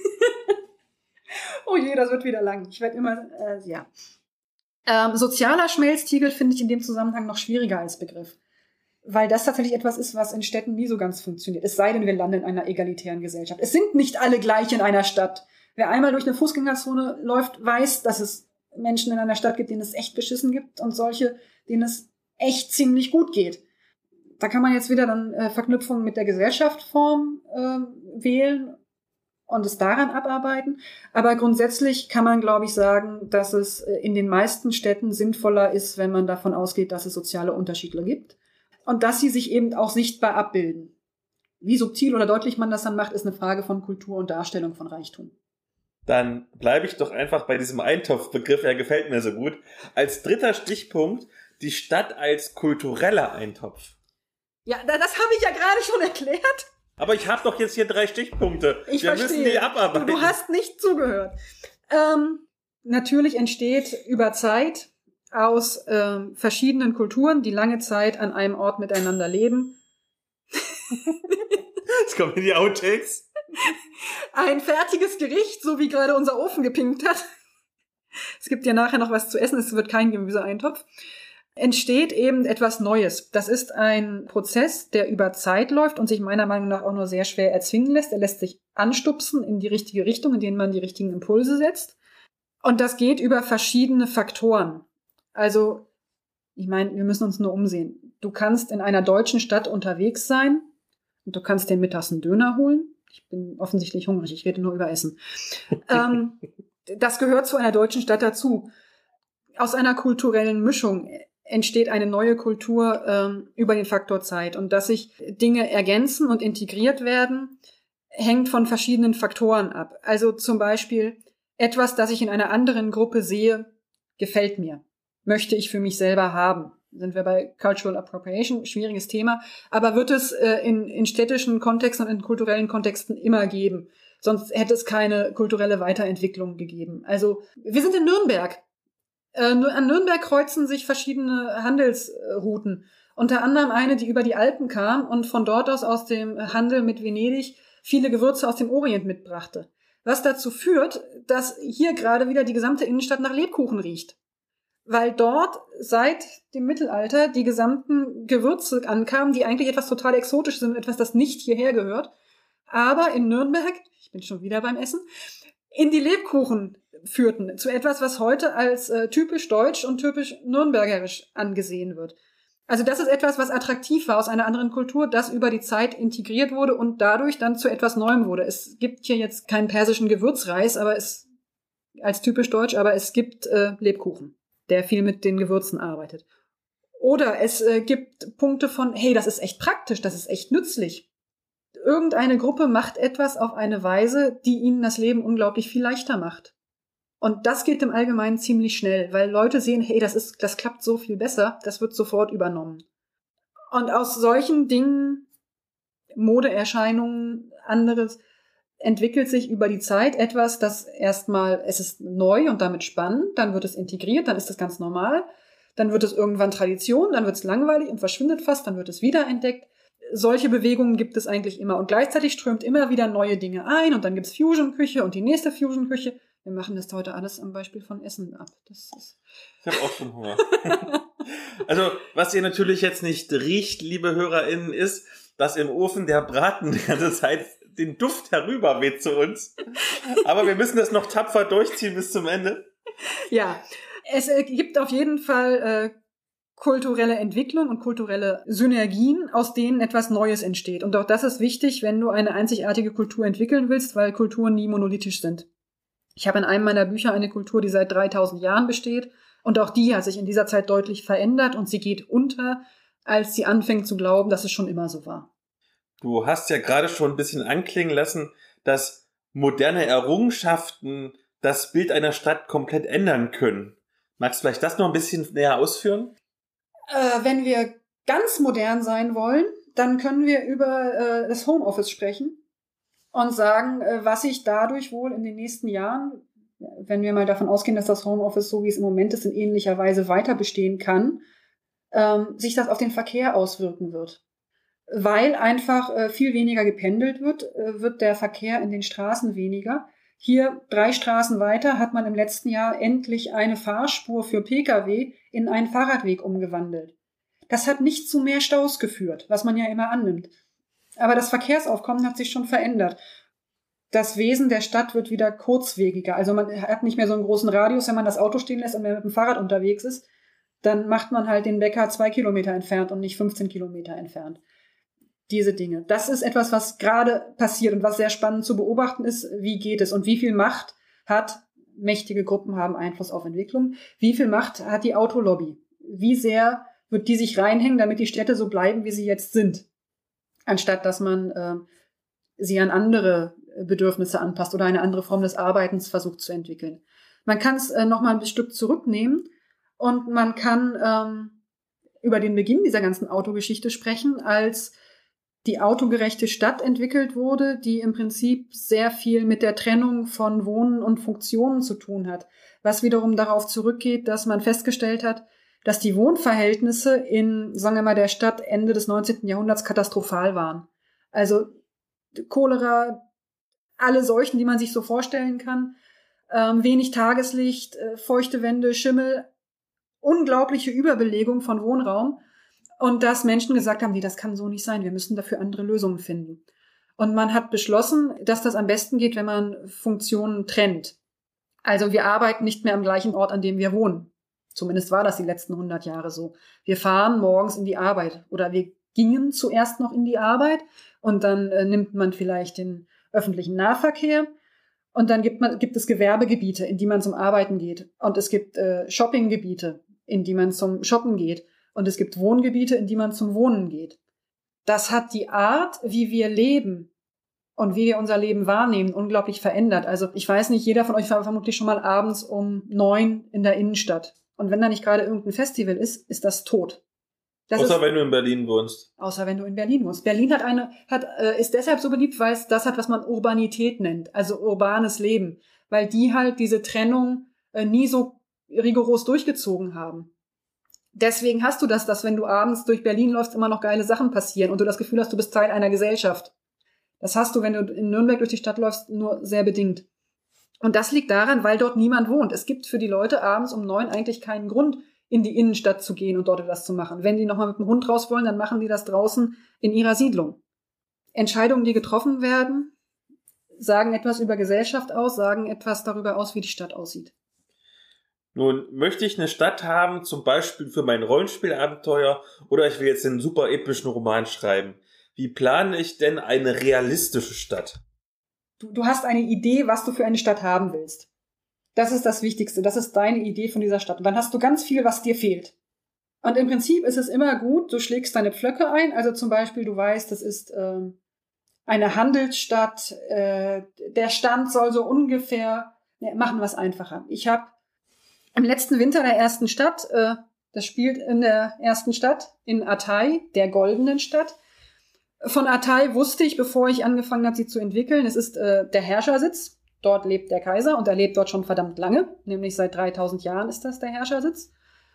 Oh je, das wird wieder lang. Ich werde immer, äh, ja. Ähm, sozialer Schmelztiegel finde ich in dem Zusammenhang noch schwieriger als Begriff. Weil das tatsächlich etwas ist, was in Städten nie so ganz funktioniert. Es sei denn, wir landen in einer egalitären Gesellschaft. Es sind nicht alle gleich in einer Stadt. Wer einmal durch eine Fußgängerzone läuft, weiß, dass es Menschen in einer Stadt gibt, denen es echt beschissen gibt und solche, denen es echt ziemlich gut geht. Da kann man jetzt wieder dann äh, Verknüpfungen mit der Gesellschaftsform äh, wählen und es daran abarbeiten. Aber grundsätzlich kann man, glaube ich, sagen, dass es äh, in den meisten Städten sinnvoller ist, wenn man davon ausgeht, dass es soziale Unterschiede gibt und dass sie sich eben auch sichtbar abbilden. Wie subtil oder deutlich man das dann macht, ist eine Frage von Kultur und Darstellung von Reichtum. Dann bleibe ich doch einfach bei diesem Eintopfbegriff, er gefällt mir so gut. Als dritter Stichpunkt die Stadt als kultureller Eintopf. Ja, das habe ich ja gerade schon erklärt. Aber ich habe doch jetzt hier drei Stichpunkte. Ich Wir verstehe. müssen die abarbeiten. Du, du hast nicht zugehört. Ähm, natürlich entsteht über Zeit aus ähm, verschiedenen Kulturen, die lange Zeit an einem Ort miteinander leben. Jetzt kommen die Outtakes. Ein fertiges Gericht, so wie gerade unser Ofen gepinkt hat. Es gibt ja nachher noch was zu essen, es wird kein Gemüseeintopf. Entsteht eben etwas Neues. Das ist ein Prozess, der über Zeit läuft und sich meiner Meinung nach auch nur sehr schwer erzwingen lässt. Er lässt sich anstupsen in die richtige Richtung, in denen man die richtigen Impulse setzt. Und das geht über verschiedene Faktoren. Also, ich meine, wir müssen uns nur umsehen. Du kannst in einer deutschen Stadt unterwegs sein und du kannst dir mittags einen Döner holen. Ich bin offensichtlich hungrig, ich rede nur über Essen. ähm, das gehört zu einer deutschen Stadt dazu. Aus einer kulturellen Mischung entsteht eine neue Kultur ähm, über den Faktor Zeit. Und dass sich Dinge ergänzen und integriert werden, hängt von verschiedenen Faktoren ab. Also zum Beispiel etwas, das ich in einer anderen Gruppe sehe, gefällt mir, möchte ich für mich selber haben. Sind wir bei Cultural Appropriation, schwieriges Thema, aber wird es äh, in, in städtischen Kontexten und in kulturellen Kontexten immer geben. Sonst hätte es keine kulturelle Weiterentwicklung gegeben. Also wir sind in Nürnberg. Äh, an Nürnberg kreuzen sich verschiedene Handelsrouten. Unter anderem eine, die über die Alpen kam und von dort aus aus dem Handel mit Venedig viele Gewürze aus dem Orient mitbrachte. Was dazu führt, dass hier gerade wieder die gesamte Innenstadt nach Lebkuchen riecht. Weil dort seit dem Mittelalter die gesamten Gewürze ankamen, die eigentlich etwas total exotisch sind, etwas, das nicht hierher gehört. Aber in Nürnberg, ich bin schon wieder beim Essen, in die Lebkuchen führten, zu etwas, was heute als äh, typisch deutsch und typisch nürnbergerisch angesehen wird. Also das ist etwas, was attraktiv war aus einer anderen Kultur, das über die Zeit integriert wurde und dadurch dann zu etwas Neuem wurde. Es gibt hier jetzt keinen persischen Gewürzreis, aber es als typisch deutsch, aber es gibt äh, Lebkuchen, der viel mit den Gewürzen arbeitet. Oder es äh, gibt Punkte von, hey, das ist echt praktisch, das ist echt nützlich. Irgendeine Gruppe macht etwas auf eine Weise, die ihnen das Leben unglaublich viel leichter macht. Und das geht im Allgemeinen ziemlich schnell, weil Leute sehen, hey, das ist, das klappt so viel besser, das wird sofort übernommen. Und aus solchen Dingen, Modeerscheinungen, anderes, entwickelt sich über die Zeit etwas, das erstmal, es ist neu und damit spannend, dann wird es integriert, dann ist das ganz normal, dann wird es irgendwann Tradition, dann wird es langweilig und verschwindet fast, dann wird es wiederentdeckt. Solche Bewegungen gibt es eigentlich immer und gleichzeitig strömt immer wieder neue Dinge ein und dann gibt's Fusion-Küche und die nächste Fusion-Küche. Wir machen das heute alles am Beispiel von Essen ab. Das ist ich habe auch schon Hunger. Also, was ihr natürlich jetzt nicht riecht, liebe HörerInnen, ist, dass im Ofen der Braten die ganze Zeit den Duft herüberweht zu uns. Aber wir müssen das noch tapfer durchziehen bis zum Ende. Ja, es äh, gibt auf jeden Fall äh, kulturelle Entwicklung und kulturelle Synergien, aus denen etwas Neues entsteht. Und auch das ist wichtig, wenn du eine einzigartige Kultur entwickeln willst, weil Kulturen nie monolithisch sind. Ich habe in einem meiner Bücher eine Kultur, die seit dreitausend Jahren besteht. Und auch die hat sich in dieser Zeit deutlich verändert und sie geht unter, als sie anfängt zu glauben, dass es schon immer so war. Du hast ja gerade schon ein bisschen anklingen lassen, dass moderne Errungenschaften das Bild einer Stadt komplett ändern können. Magst du vielleicht das noch ein bisschen näher ausführen? Äh, wenn wir ganz modern sein wollen, dann können wir über äh, das Homeoffice sprechen und sagen, äh, was sich dadurch wohl in den nächsten Jahren, wenn wir mal davon ausgehen, dass das Homeoffice, so wie es im Moment ist, in ähnlicher Weise weiter bestehen kann, ähm, sich das auf den Verkehr auswirken wird. Weil einfach äh, viel weniger gependelt wird, äh, wird der Verkehr in den Straßen weniger. Hier drei Straßen weiter hat man im letzten Jahr endlich eine Fahrspur für Pkw in einen Fahrradweg umgewandelt. Das hat nicht zu mehr Staus geführt, was man ja immer annimmt. Aber das Verkehrsaufkommen hat sich schon verändert. Das Wesen der Stadt wird wieder kurzwegiger. Also man hat nicht mehr so einen großen Radius, wenn man das Auto stehen lässt und man mit dem Fahrrad unterwegs ist. Dann macht man halt den Bäcker zwei Kilometer entfernt und nicht fünfzehn Kilometer entfernt. Diese Dinge. Das ist etwas, was gerade passiert und was sehr spannend zu beobachten ist. Wie geht es und wie viel Macht hat, mächtige Gruppen haben Einfluss auf Entwicklung, wie viel Macht hat die Autolobby? Wie sehr wird die sich reinhängen, damit die Städte so bleiben, wie sie jetzt sind? Anstatt, dass man äh, sie an andere Bedürfnisse anpasst oder eine andere Form des Arbeitens versucht zu entwickeln. Man kann es äh, noch mal ein Stück zurücknehmen und man kann ähm, über den Beginn dieser ganzen Autogeschichte sprechen, als die autogerechte Stadt entwickelt wurde, die im Prinzip sehr viel mit der Trennung von Wohnen und Funktionen zu tun hat, was wiederum darauf zurückgeht, dass man festgestellt hat, dass die Wohnverhältnisse in, sagen wir mal, der Stadt Ende des neunzehnten Jahrhunderts katastrophal waren. Also Cholera, alle Seuchen, die man sich so vorstellen kann, ähm, wenig Tageslicht, äh, feuchte Wände, Schimmel, unglaubliche Überbelegung von Wohnraum. Und dass Menschen gesagt haben, nee, das kann so nicht sein, wir müssen dafür andere Lösungen finden. Und man hat beschlossen, dass das am besten geht, wenn man Funktionen trennt. Also wir arbeiten nicht mehr am gleichen Ort, an dem wir wohnen. Zumindest war das die letzten hundert Jahre so. Wir fahren morgens in die Arbeit oder wir gingen zuerst noch in die Arbeit und dann äh, nimmt man vielleicht den öffentlichen Nahverkehr und dann gibt, man, gibt es Gewerbegebiete, in die man zum Arbeiten geht. Und es gibt äh, Shoppinggebiete, in die man zum Shoppen geht. Und es gibt Wohngebiete, in die man zum Wohnen geht. Das hat die Art, wie wir leben und wie wir unser Leben wahrnehmen, unglaublich verändert. Also ich weiß nicht, jeder von euch war vermutlich schon mal abends um neun in der Innenstadt. Und wenn da nicht gerade irgendein Festival ist, ist das tot. Das außer ist, wenn du in Berlin wohnst. Außer wenn du in Berlin wohnst. Berlin hat eine, hat, äh, ist deshalb so beliebt, weil es das hat, was man Urbanität nennt, also urbanes Leben. Weil die halt diese Trennung äh, nie so rigoros durchgezogen haben. Deswegen hast du das, dass wenn du abends durch Berlin läufst, immer noch geile Sachen passieren und du das Gefühl hast, du bist Teil einer Gesellschaft. Das hast du, wenn du in Nürnberg durch die Stadt läufst, nur sehr bedingt. Und das liegt daran, weil dort niemand wohnt. Es gibt für die Leute abends um neun eigentlich keinen Grund, in die Innenstadt zu gehen und dort etwas zu machen. Wenn die nochmal mit dem Hund raus wollen, dann machen die das draußen in ihrer Siedlung. Entscheidungen, die getroffen werden, sagen etwas über Gesellschaft aus, sagen etwas darüber aus, wie die Stadt aussieht. Nun möchte ich eine Stadt haben, zum Beispiel für mein Rollenspielabenteuer, oder ich will jetzt einen super epischen Roman schreiben. Wie plane ich denn eine realistische Stadt? Du, du hast eine Idee, was du für eine Stadt haben willst. Das ist das Wichtigste. Das ist deine Idee von dieser Stadt. Und dann hast du ganz viel, was dir fehlt. Und im Prinzip ist es immer gut, du schlägst deine Pflöcke ein. Also zum Beispiel, du weißt, das ist ähm, eine Handelsstadt. Äh, der Stand soll so ungefähr... Ne, machen wir es einfacher. Ich habe im letzten Winter der ersten Stadt, äh, das spielt in der ersten Stadt, in Atay, der goldenen Stadt. Von Atay wusste ich, bevor ich angefangen habe, sie zu entwickeln, es ist äh, der Herrschersitz. Dort lebt der Kaiser und er lebt dort schon verdammt lange, nämlich seit dreitausend Jahren ist das der Herrschersitz.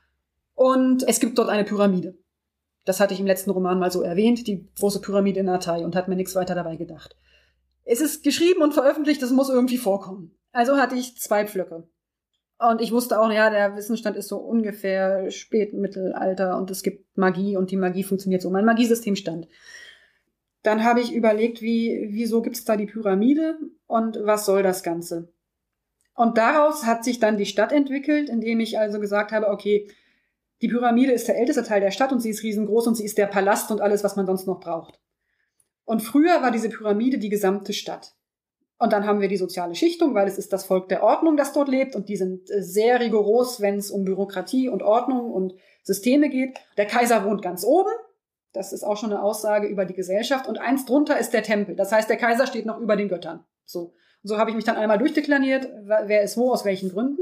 Und es gibt dort eine Pyramide. Das hatte ich im letzten Roman mal so erwähnt, die große Pyramide in Atay und hat mir nichts weiter dabei gedacht. Es ist geschrieben und veröffentlicht, das muss irgendwie vorkommen. Also hatte ich zwei Pflöcke. Und ich wusste auch, ja, der Wissensstand ist so ungefähr Spätmittelalter und es gibt Magie und die Magie funktioniert so. Mein Magiesystem stand. Dann habe ich überlegt, wie, wieso gibt's da die Pyramide und was soll das Ganze? Und daraus hat sich dann die Stadt entwickelt, indem ich also gesagt habe, okay, die Pyramide ist der älteste Teil der Stadt und sie ist riesengroß und sie ist der Palast und alles, was man sonst noch braucht. Und früher war diese Pyramide die gesamte Stadt. Und dann haben wir die soziale Schichtung, weil es ist das Volk der Ordnung, das dort lebt. Und die sind sehr rigoros, wenn es um Bürokratie und Ordnung und Systeme geht. Der Kaiser wohnt ganz oben. Das ist auch schon eine Aussage über die Gesellschaft. Und eins drunter ist der Tempel. Das heißt, der Kaiser steht noch über den Göttern. So, und so habe ich mich dann einmal durchdeklariert, wer ist wo, aus welchen Gründen.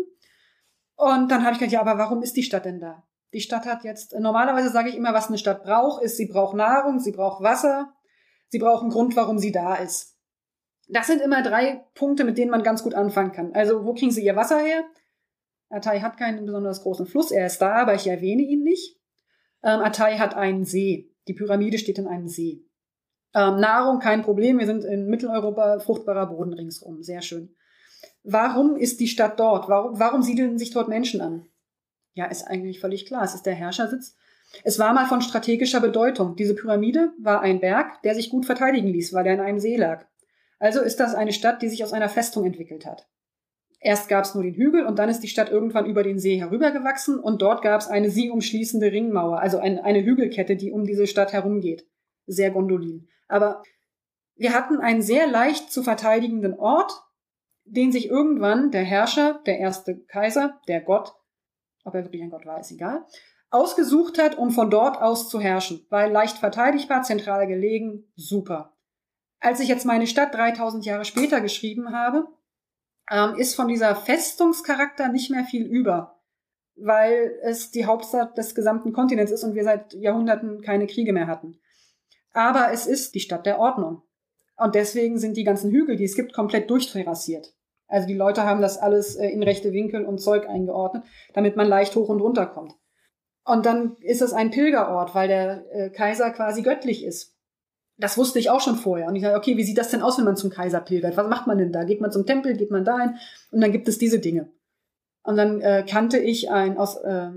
Und dann habe ich gedacht, ja, aber warum ist die Stadt denn da? Die Stadt hat jetzt, normalerweise sage ich immer, was eine Stadt braucht, ist, sie braucht Nahrung, sie braucht Wasser, sie braucht einen Grund, warum sie da ist. Das sind immer drei Punkte, mit denen man ganz gut anfangen kann. Also, wo kriegen sie ihr Wasser her? Atay hat keinen besonders großen Fluss, er ist da, aber ich erwähne ihn nicht. Ähm, Atay hat einen See. Die Pyramide steht in einem See. Ähm, Nahrung, kein Problem, wir sind in Mitteleuropa, fruchtbarer Boden ringsum, sehr schön. Warum ist die Stadt dort? Warum, warum siedeln sich dort Menschen an? Ja, ist eigentlich völlig klar, es ist der Herrschersitz. Es war mal von strategischer Bedeutung. Diese Pyramide war ein Berg, der sich gut verteidigen ließ, weil er in einem See lag. Also ist das eine Stadt, die sich aus einer Festung entwickelt hat. Erst gab es nur den Hügel und dann ist die Stadt irgendwann über den See herübergewachsen und dort gab es eine sie umschließende Ringmauer, also ein, eine Hügelkette, die um diese Stadt herumgeht. Sehr gondolin. Aber wir hatten einen sehr leicht zu verteidigenden Ort, den sich irgendwann der Herrscher, der erste Kaiser, der Gott, ob er wirklich ein Gott war, ist egal, ausgesucht hat, um von dort aus zu herrschen, weil leicht verteidigbar, zentral gelegen, super. Als ich jetzt meine Stadt dreitausend Jahre später geschrieben habe, ähm, ist von dieser Festungscharakter nicht mehr viel über, weil es die Hauptstadt des gesamten Kontinents ist und wir seit Jahrhunderten keine Kriege mehr hatten. Aber es ist die Stadt der Ordnung. Und deswegen sind die ganzen Hügel, die es gibt, komplett durchterrassiert. Also die Leute haben das alles äh, in rechte Winkel und Zeug eingeordnet, damit man leicht hoch und runter kommt. Und dann ist es ein Pilgerort, weil der äh, Kaiser quasi göttlich ist. Das wusste ich auch schon vorher. Und ich sage, okay, wie sieht das denn aus, wenn man zum Kaiser pilgert? Was macht man denn da? Geht man zum Tempel, geht man dahin? Und dann gibt es diese Dinge. Und dann äh, kannte ich ein, aus äh,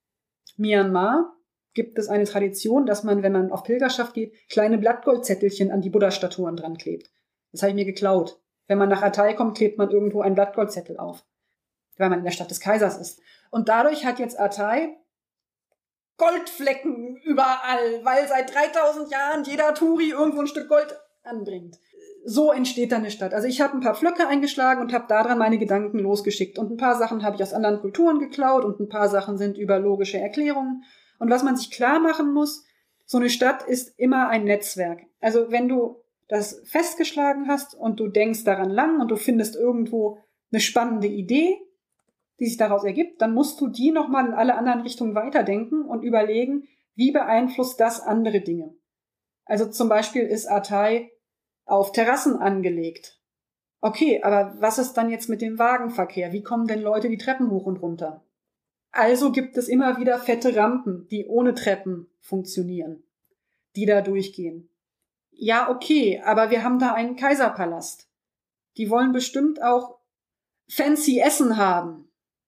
Myanmar gibt es eine Tradition, dass man, wenn man auf Pilgerschaft geht, kleine Blattgoldzettelchen an die Buddha-Statuen dran klebt. Das habe ich mir geklaut. Wenn man nach Atay kommt, klebt man irgendwo einen Blattgoldzettel auf, weil man in der Stadt des Kaisers ist. Und dadurch hat jetzt Atay Goldflecken überall, weil seit dreitausend Jahren jeder Touri irgendwo ein Stück Gold anbringt. So entsteht dann eine Stadt. Also ich habe ein paar Pflöcke eingeschlagen und habe daran meine Gedanken losgeschickt. Und ein paar Sachen habe ich aus anderen Kulturen geklaut und ein paar Sachen sind über logische Erklärungen. Und was man sich klar machen muss, so eine Stadt ist immer ein Netzwerk. Also wenn du das festgeschlagen hast und du denkst daran lang und du findest irgendwo eine spannende Idee, die sich daraus ergibt, dann musst du die nochmal in alle anderen Richtungen weiterdenken und überlegen, wie beeinflusst das andere Dinge. Also zum Beispiel ist Atay auf Terrassen angelegt. Okay, aber was ist dann jetzt mit dem Wagenverkehr? Wie kommen denn Leute die Treppen hoch und runter? Also gibt es immer wieder fette Rampen, die ohne Treppen funktionieren, die da durchgehen. Ja, okay, aber wir haben da einen Kaiserpalast. Die wollen bestimmt auch fancy Essen haben.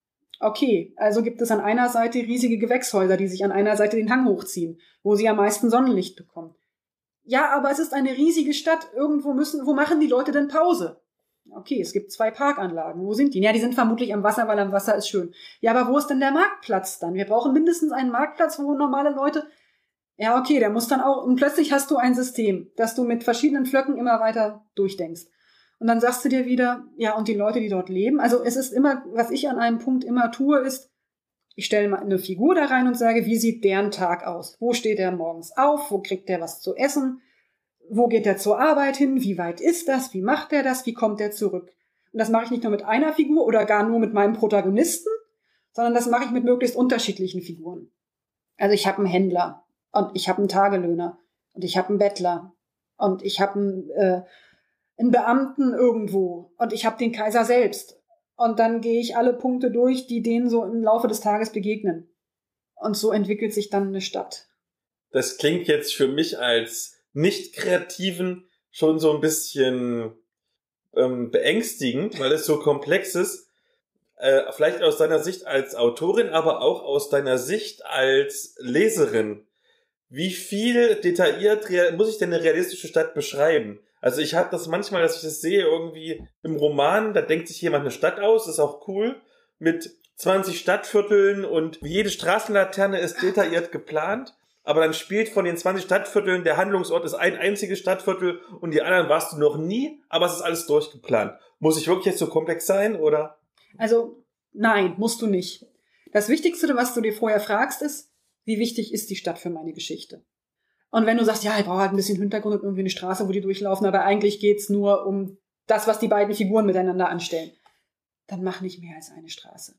Okay, also gibt es an einer Seite riesige Gewächshäuser, die sich an einer Seite den Hang hochziehen, wo sie am meisten Sonnenlicht bekommen. Ja, aber es ist eine riesige Stadt. Irgendwo müssen, wo machen die Leute denn Pause? Okay, es gibt zwei Parkanlagen. Wo sind die? Ja, die sind vermutlich am Wasser, weil am Wasser ist schön. Ja, aber wo ist denn der Marktplatz dann? Wir brauchen mindestens einen Marktplatz, wo normale Leute... Ja, okay, der muss dann auch... Und plötzlich hast du ein System, das du mit verschiedenen Pflöcken immer weiter durchdenkst. Und dann sagst du dir wieder, ja, und die Leute, die dort leben. Also es ist immer, was ich an einem Punkt immer tue, ist, ich stelle mal eine Figur da rein und sage, wie sieht deren Tag aus? Wo steht der morgens auf? Wo kriegt der was zu essen? Wo geht er zur Arbeit hin? Wie weit ist das? Wie macht er das? Wie kommt er zurück? Und das mache ich nicht nur mit einer Figur oder gar nur mit meinem Protagonisten, sondern das mache ich mit möglichst unterschiedlichen Figuren. Also ich habe einen Händler und ich habe einen Tagelöhner und ich habe einen Bettler und ich habe einen, äh, einen Beamten irgendwo und ich habe den Kaiser selbst. Und dann gehe ich alle Punkte durch, die denen so im Laufe des Tages begegnen. Und so entwickelt sich dann eine Stadt. Das klingt jetzt für mich als Nicht-Kreativen schon so ein bisschen ähm, beängstigend, weil es so komplex ist. Äh, vielleicht aus deiner Sicht als Autorin, aber auch aus deiner Sicht als Leserin. Wie viel detailliert rea- muss ich denn eine realistische Stadt beschreiben? Also ich habe das manchmal, dass ich das sehe irgendwie im Roman, da denkt sich jemand eine Stadt aus, ist auch cool, mit zwanzig Stadtvierteln und jede Straßenlaterne ist detailliert geplant, aber dann spielt von den zwanzig Stadtvierteln, der Handlungsort ist ein einziges Stadtviertel und die anderen warst du noch nie, aber es ist alles durchgeplant. Muss ich wirklich jetzt so komplex sein, oder? Also nein, musst du nicht. Das Wichtigste, was du dir vorher fragst, ist, wie wichtig ist die Stadt für meine Geschichte? Und wenn du sagst, ja, ich brauche halt ein bisschen Hintergrund und irgendwie eine Straße, wo die durchlaufen, aber eigentlich geht's nur um das, was die beiden Figuren miteinander anstellen, dann mach nicht mehr als eine Straße.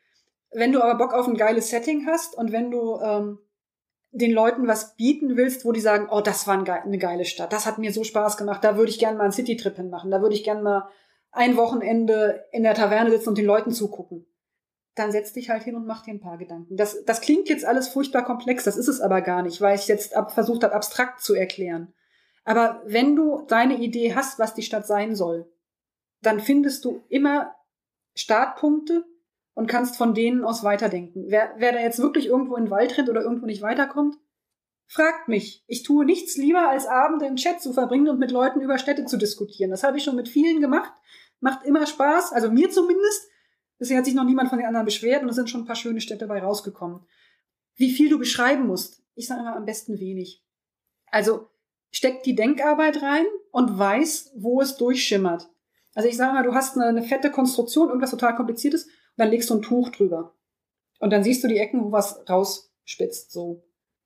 Wenn du aber Bock auf ein geiles Setting hast und wenn du ähm, den Leuten was bieten willst, wo die sagen, oh, das war ein ge- eine geile Stadt, das hat mir so Spaß gemacht, da würde ich gerne mal einen Citytrip hinmachen, da würde ich gerne mal ein Wochenende in der Taverne sitzen und den Leuten zugucken, dann setz dich halt hin und mach dir ein paar Gedanken. Das, das klingt jetzt alles furchtbar komplex, das ist es aber gar nicht, weil ich jetzt ab, versucht habe, abstrakt zu erklären. Aber wenn du deine Idee hast, was die Stadt sein soll, dann findest du immer Startpunkte und kannst von denen aus weiterdenken. Wer, wer da jetzt wirklich irgendwo in den Wald rennt oder irgendwo nicht weiterkommt, fragt mich. Ich tue nichts lieber, als Abende im Chat zu verbringen und mit Leuten über Städte zu diskutieren. Das habe ich schon mit vielen gemacht. Macht immer Spaß, also mir zumindest. Bisher hat sich noch niemand von den anderen beschwert und es sind schon ein paar schöne Städte dabei rausgekommen. Wie viel du beschreiben musst, ich sage immer am besten wenig. Also steck die Denkarbeit rein und weiß, wo es durchschimmert. Also ich sage mal, du hast eine, eine fette Konstruktion, irgendwas total Kompliziertes, und dann legst du ein Tuch drüber. Und dann siehst du die Ecken, wo was rausspitzt, so.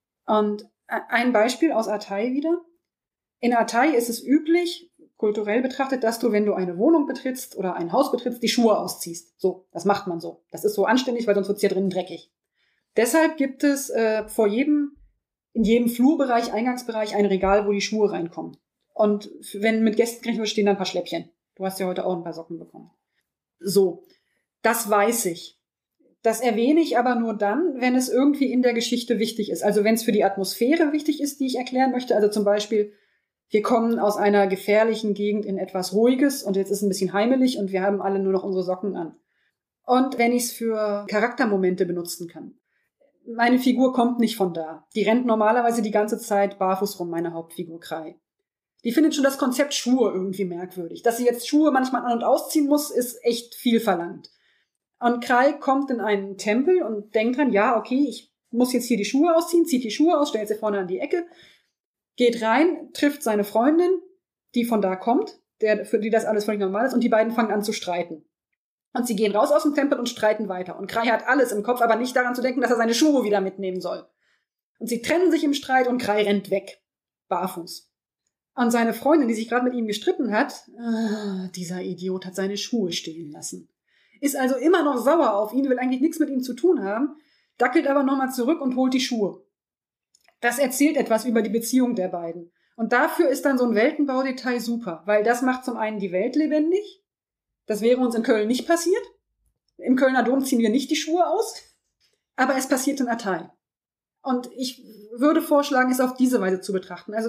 Und ein Beispiel aus Atay wieder. In Atay ist es üblich, kulturell betrachtet, dass du, wenn du eine Wohnung betrittst oder ein Haus betrittst, die Schuhe ausziehst. So, das macht man so. Das ist so anständig, weil sonst wird's hier drinnen dreckig. Deshalb gibt es äh, vor jedem, in jedem Flurbereich, Eingangsbereich ein Regal, wo die Schuhe reinkommen. Und wenn mit Gästen gerechnet wird, stehen da ein paar Schläppchen. Du hast ja heute auch ein paar Socken bekommen. So, das weiß ich. Das erwähne ich aber nur dann, wenn es irgendwie in der Geschichte wichtig ist. Also wenn es für die Atmosphäre wichtig ist, die ich erklären möchte. Also zum Beispiel, wir kommen aus einer gefährlichen Gegend in etwas Ruhiges und jetzt ist es ein bisschen heimelig und wir haben alle nur noch unsere Socken an. Und wenn ich es für Charaktermomente benutzen kann. Meine Figur kommt nicht von da. Die rennt normalerweise die ganze Zeit barfuß rum, meine Hauptfigur Krai. Die findet schon das Konzept Schuhe irgendwie merkwürdig. Dass sie jetzt Schuhe manchmal an- und ausziehen muss, ist echt viel verlangt. Und Krai kommt in einen Tempel und denkt dran, ja, okay, ich muss jetzt hier die Schuhe ausziehen, zieht die Schuhe aus, stellt sie vorne an die Ecke, geht rein, trifft seine Freundin, die von da kommt, der, für die das alles völlig normal ist, und die beiden fangen an zu streiten. Und sie gehen raus aus dem Tempel und streiten weiter. Und Krai hat alles im Kopf, aber nicht daran zu denken, dass er seine Schuhe wieder mitnehmen soll. Und sie trennen sich im Streit und Krai rennt weg. Barfuß. Und seine Freundin, die sich gerade mit ihm gestritten hat, ah, dieser Idiot hat seine Schuhe stehen lassen. Ist also immer noch sauer auf ihn, will eigentlich nichts mit ihm zu tun haben, dackelt aber nochmal zurück und holt die Schuhe. Das erzählt etwas über die Beziehung der beiden. Und dafür ist dann so ein Weltenbaudetail super, weil das macht zum einen die Welt lebendig. Das wäre uns in Köln nicht passiert. Im Kölner Dom ziehen wir nicht die Schuhe aus. Aber es passiert in Atay. Und ich würde vorschlagen, es auf diese Weise zu betrachten. Also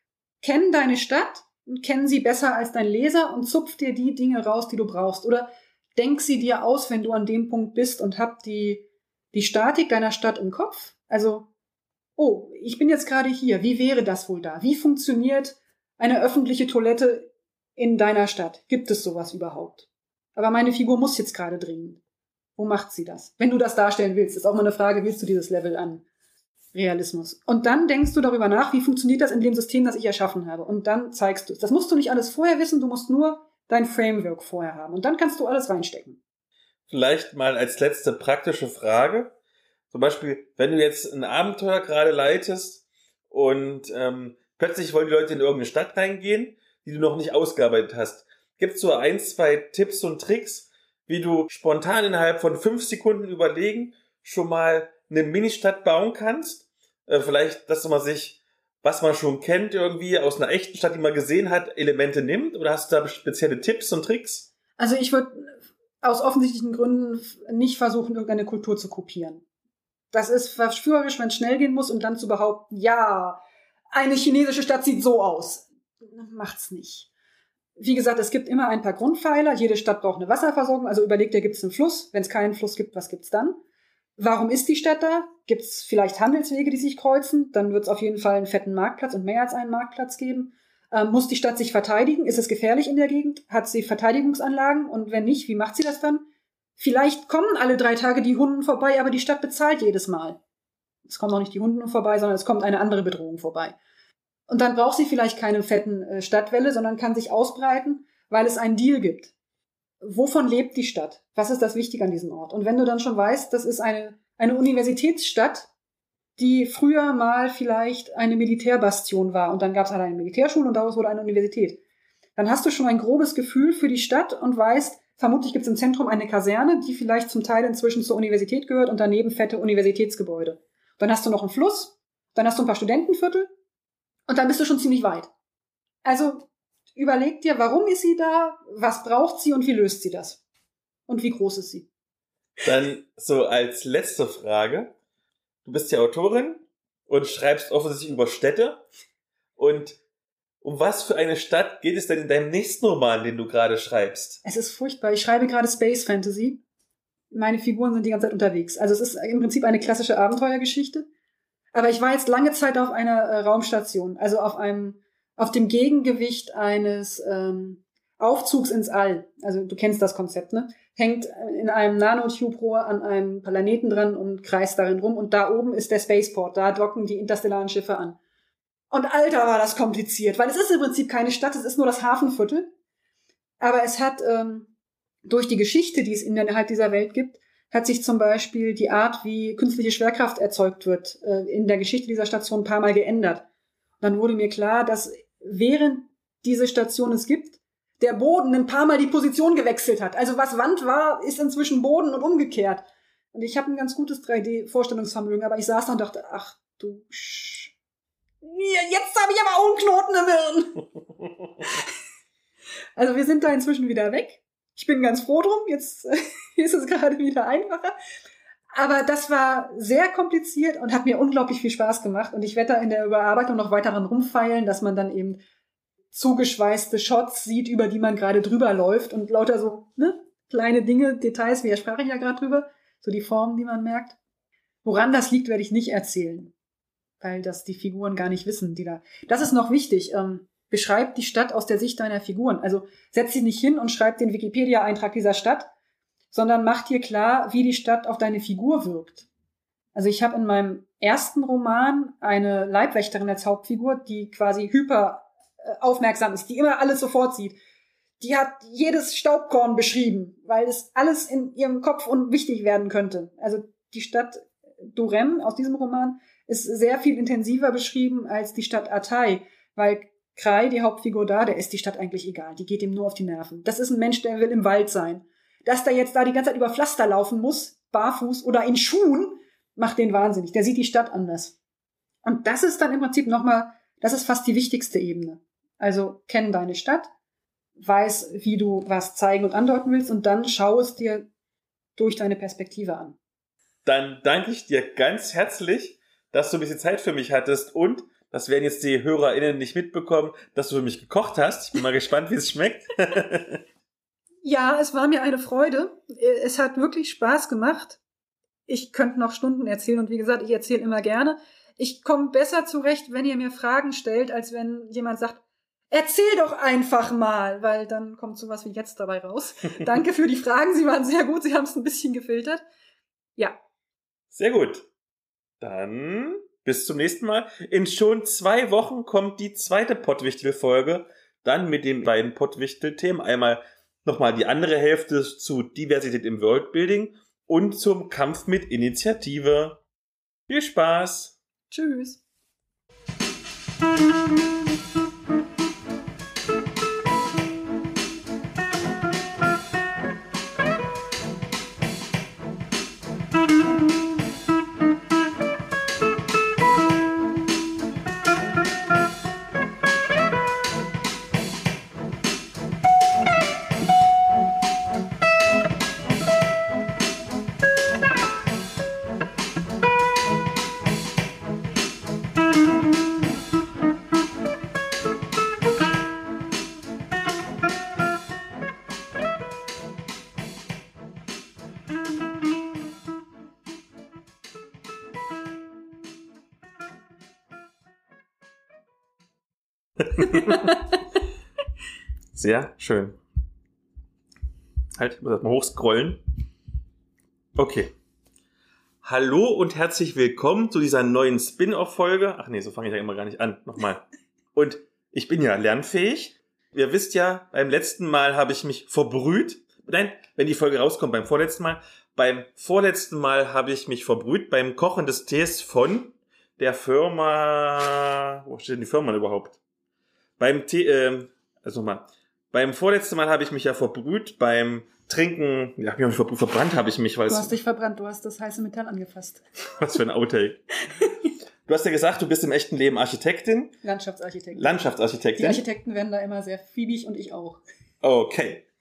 kenn deine Stadt und kenn sie besser als dein Leser und zupf dir die Dinge raus, die du brauchst. Oder denk sie dir aus, wenn du an dem Punkt bist und hab die, die Statik deiner Stadt im Kopf. Also, oh, ich bin jetzt gerade hier. Wie wäre das wohl da? Wie funktioniert eine öffentliche Toilette in deiner Stadt? Gibt es sowas überhaupt? Aber meine Figur muss jetzt gerade dringend. Wo macht sie das? Wenn du das darstellen willst, ist auch mal eine Frage, willst du dieses Level an Realismus? Und dann denkst du darüber nach, wie funktioniert das in dem System, das ich erschaffen habe? Und dann zeigst du es. Das musst du nicht alles vorher wissen, du musst nur dein Framework vorher haben. Und dann kannst du alles reinstecken. Vielleicht mal als letzte praktische Frage. Zum Beispiel, wenn du jetzt ein Abenteuer gerade leitest und ähm, plötzlich wollen die Leute in irgendeine Stadt reingehen, die du noch nicht ausgearbeitet hast. Gibt es so ein, zwei Tipps und Tricks, wie du spontan innerhalb von fünf Sekunden überlegen schon mal eine Ministadt bauen kannst? Äh, vielleicht, dass man sich, was man schon kennt irgendwie aus einer echten Stadt, die man gesehen hat, Elemente nimmt? Oder hast du da spezielle Tipps und Tricks? Also ich würde aus offensichtlichen Gründen nicht versuchen, irgendeine Kultur zu kopieren. Das ist verführerisch, wenn es schnell gehen muss, und dann zu behaupten, ja, eine chinesische Stadt sieht so aus. Macht's nicht. Wie gesagt, es gibt immer ein paar Grundpfeiler. Jede Stadt braucht eine Wasserversorgung. Also überlegt ihr, gibt es einen Fluss? Wenn es keinen Fluss gibt, was gibt's dann? Warum ist die Stadt da? Gibt es vielleicht Handelswege, die sich kreuzen? Dann wird es auf jeden Fall einen fetten Marktplatz und mehr als einen Marktplatz geben. Ähm, muss die Stadt sich verteidigen? Ist es gefährlich in der Gegend? Hat sie Verteidigungsanlagen? Und wenn nicht, wie macht sie das dann? Vielleicht kommen alle drei Tage die Hunden vorbei, aber die Stadt bezahlt jedes Mal. Es kommen auch nicht die Hunde vorbei, sondern es kommt eine andere Bedrohung vorbei. Und dann braucht sie vielleicht keine fetten äh, Stadtwälle, sondern kann sich ausbreiten, weil es einen Deal gibt. Wovon lebt die Stadt? Was ist das Wichtige an diesem Ort? Und wenn du dann schon weißt, das ist eine, eine Universitätsstadt, die früher mal vielleicht eine Militärbastion war und dann gab es eine Militärschule und daraus wurde eine Universität, dann hast du schon ein grobes Gefühl für die Stadt und weißt, vermutlich gibt es im Zentrum eine Kaserne, die vielleicht zum Teil inzwischen zur Universität gehört und daneben fette Universitätsgebäude. Dann hast du noch einen Fluss, dann hast du ein paar Studentenviertel und dann bist du schon ziemlich weit. Also überleg dir, warum ist sie da, was braucht sie und wie löst sie das? Und wie groß ist sie? Dann so als letzte Frage. Du bist ja Autorin und schreibst offensichtlich über Städte. Und um was für eine Stadt geht es denn in deinem nächsten Roman, den du gerade schreibst? Es ist furchtbar. Ich schreibe gerade Space Fantasy. Meine Figuren sind die ganze Zeit unterwegs. Also es ist im Prinzip eine klassische Abenteuergeschichte. Aber ich war jetzt lange Zeit auf einer äh, Raumstation, also auf einem, auf dem Gegengewicht eines ähm, Aufzugs ins All. Also du kennst das Konzept, ne? Hängt in einem Nanotube-Rohr an einem Planeten dran und kreist darin rum. Und da oben ist der Spaceport. Da docken die interstellaren Schiffe an. Und Alter, war das kompliziert, weil es ist im Prinzip keine Stadt, es ist nur das Hafenviertel. Aber es hat ähm, durch die Geschichte, die es innerhalb dieser Welt gibt, hat sich zum Beispiel die Art, wie künstliche Schwerkraft erzeugt wird, äh, in der Geschichte dieser Station ein paar Mal geändert. Und dann wurde mir klar, dass während diese Station es gibt, der Boden ein paar Mal die Position gewechselt hat. Also was Wand war, ist inzwischen Boden und umgekehrt. Und ich habe ein ganz gutes drei D-Vorstellungsvermögen, aber ich saß da und dachte, ach du Sch... Jetzt habe ich aber auch einen Knoten im Hirn. Also wir sind da inzwischen wieder weg. Ich bin ganz froh drum, jetzt ist es gerade wieder einfacher. Aber das war sehr kompliziert und hat mir unglaublich viel Spaß gemacht. Und ich werde da in der Überarbeitung noch weiter dran rumfeilen, dass man dann eben zugeschweißte Shots sieht, über die man gerade drüber läuft und lauter so ne, kleine Dinge, Details, wie ja sprach ich ja gerade drüber, so die Formen, die man merkt. Woran das liegt, werde ich nicht erzählen, weil das die Figuren gar nicht wissen, die da. Das ist noch wichtig. Ähm, beschreib die Stadt aus der Sicht deiner Figuren. Also setz dich nicht hin und schreib den Wikipedia-Eintrag dieser Stadt, sondern mach dir klar, wie die Stadt auf deine Figur wirkt. Also ich habe in meinem ersten Roman eine Leibwächterin als Hauptfigur, die quasi hyper aufmerksam ist, die immer alles sofort sieht. Die hat jedes Staubkorn beschrieben, weil es alles in ihrem Kopf unwichtig werden könnte. Also die Stadt Durem aus diesem Roman ist sehr viel intensiver beschrieben als die Stadt Atay, weil Krai, die Hauptfigur da, der ist die Stadt eigentlich egal. Die geht ihm nur auf die Nerven. Das ist ein Mensch, der will im Wald sein. Dass der jetzt da die ganze Zeit über Pflaster laufen muss, barfuß oder in Schuhen, macht den wahnsinnig. Der sieht die Stadt anders. Und das ist dann im Prinzip nochmal, das ist fast die wichtigste Ebene. Also kenn deine Stadt, weiß, wie du was zeigen und andeuten willst und dann schau es dir durch deine Perspektive an. Dann danke ich dir ganz herzlich, dass du ein bisschen Zeit für mich hattest und, das werden jetzt die HörerInnen nicht mitbekommen, dass du für mich gekocht hast. Ich bin mal gespannt, wie es schmeckt. Ja, es war mir eine Freude. Es hat wirklich Spaß gemacht. Ich könnte noch Stunden erzählen und wie gesagt, ich erzähle immer gerne. Ich komme besser zurecht, wenn ihr mir Fragen stellt, als wenn jemand sagt, erzähl doch einfach mal, weil dann kommt sowas wie jetzt dabei raus. Danke für die Fragen, sie waren sehr gut, sie haben es ein bisschen gefiltert. Ja. Sehr gut. Dann bis zum nächsten Mal. In schon zwei Wochen kommt die zweite Pottwichtel-Folge, dann mit den beiden Pottwichtel-Themen. Einmal nochmal die andere Hälfte zu Diversität im Worldbuilding und zum Kampf mit Initiative. Viel Spaß! Tschüss! Sehr schön. Halt, ich muss das mal hochscrollen. Okay. Hallo und herzlich willkommen zu dieser neuen Spin-Off-Folge. Ach nee, so fange ich ja immer gar nicht an. Nochmal. Und ich bin ja lernfähig. Ihr wisst ja, beim letzten Mal habe ich mich verbrüht. Nein, wenn die Folge rauskommt, beim vorletzten Mal. Beim vorletzten Mal habe ich mich verbrüht beim Kochen des Tees von der Firma... Wo steht denn die Firma überhaupt? Beim Tee... Ähm, also nochmal. Beim vorletzten Mal habe ich mich ja verbrüht. Beim Trinken... Ja, ich habe mich verbrannt, habe ich mich. Weil Du hast dich verbrannt, du hast das heiße Metall angefasst. Was für ein Outtake. Du hast ja gesagt, du bist im echten Leben Architektin. Landschaftsarchitektin. Landschaftsarchitektin. Die Architekten werden da immer sehr fiebig und ich auch. Okay.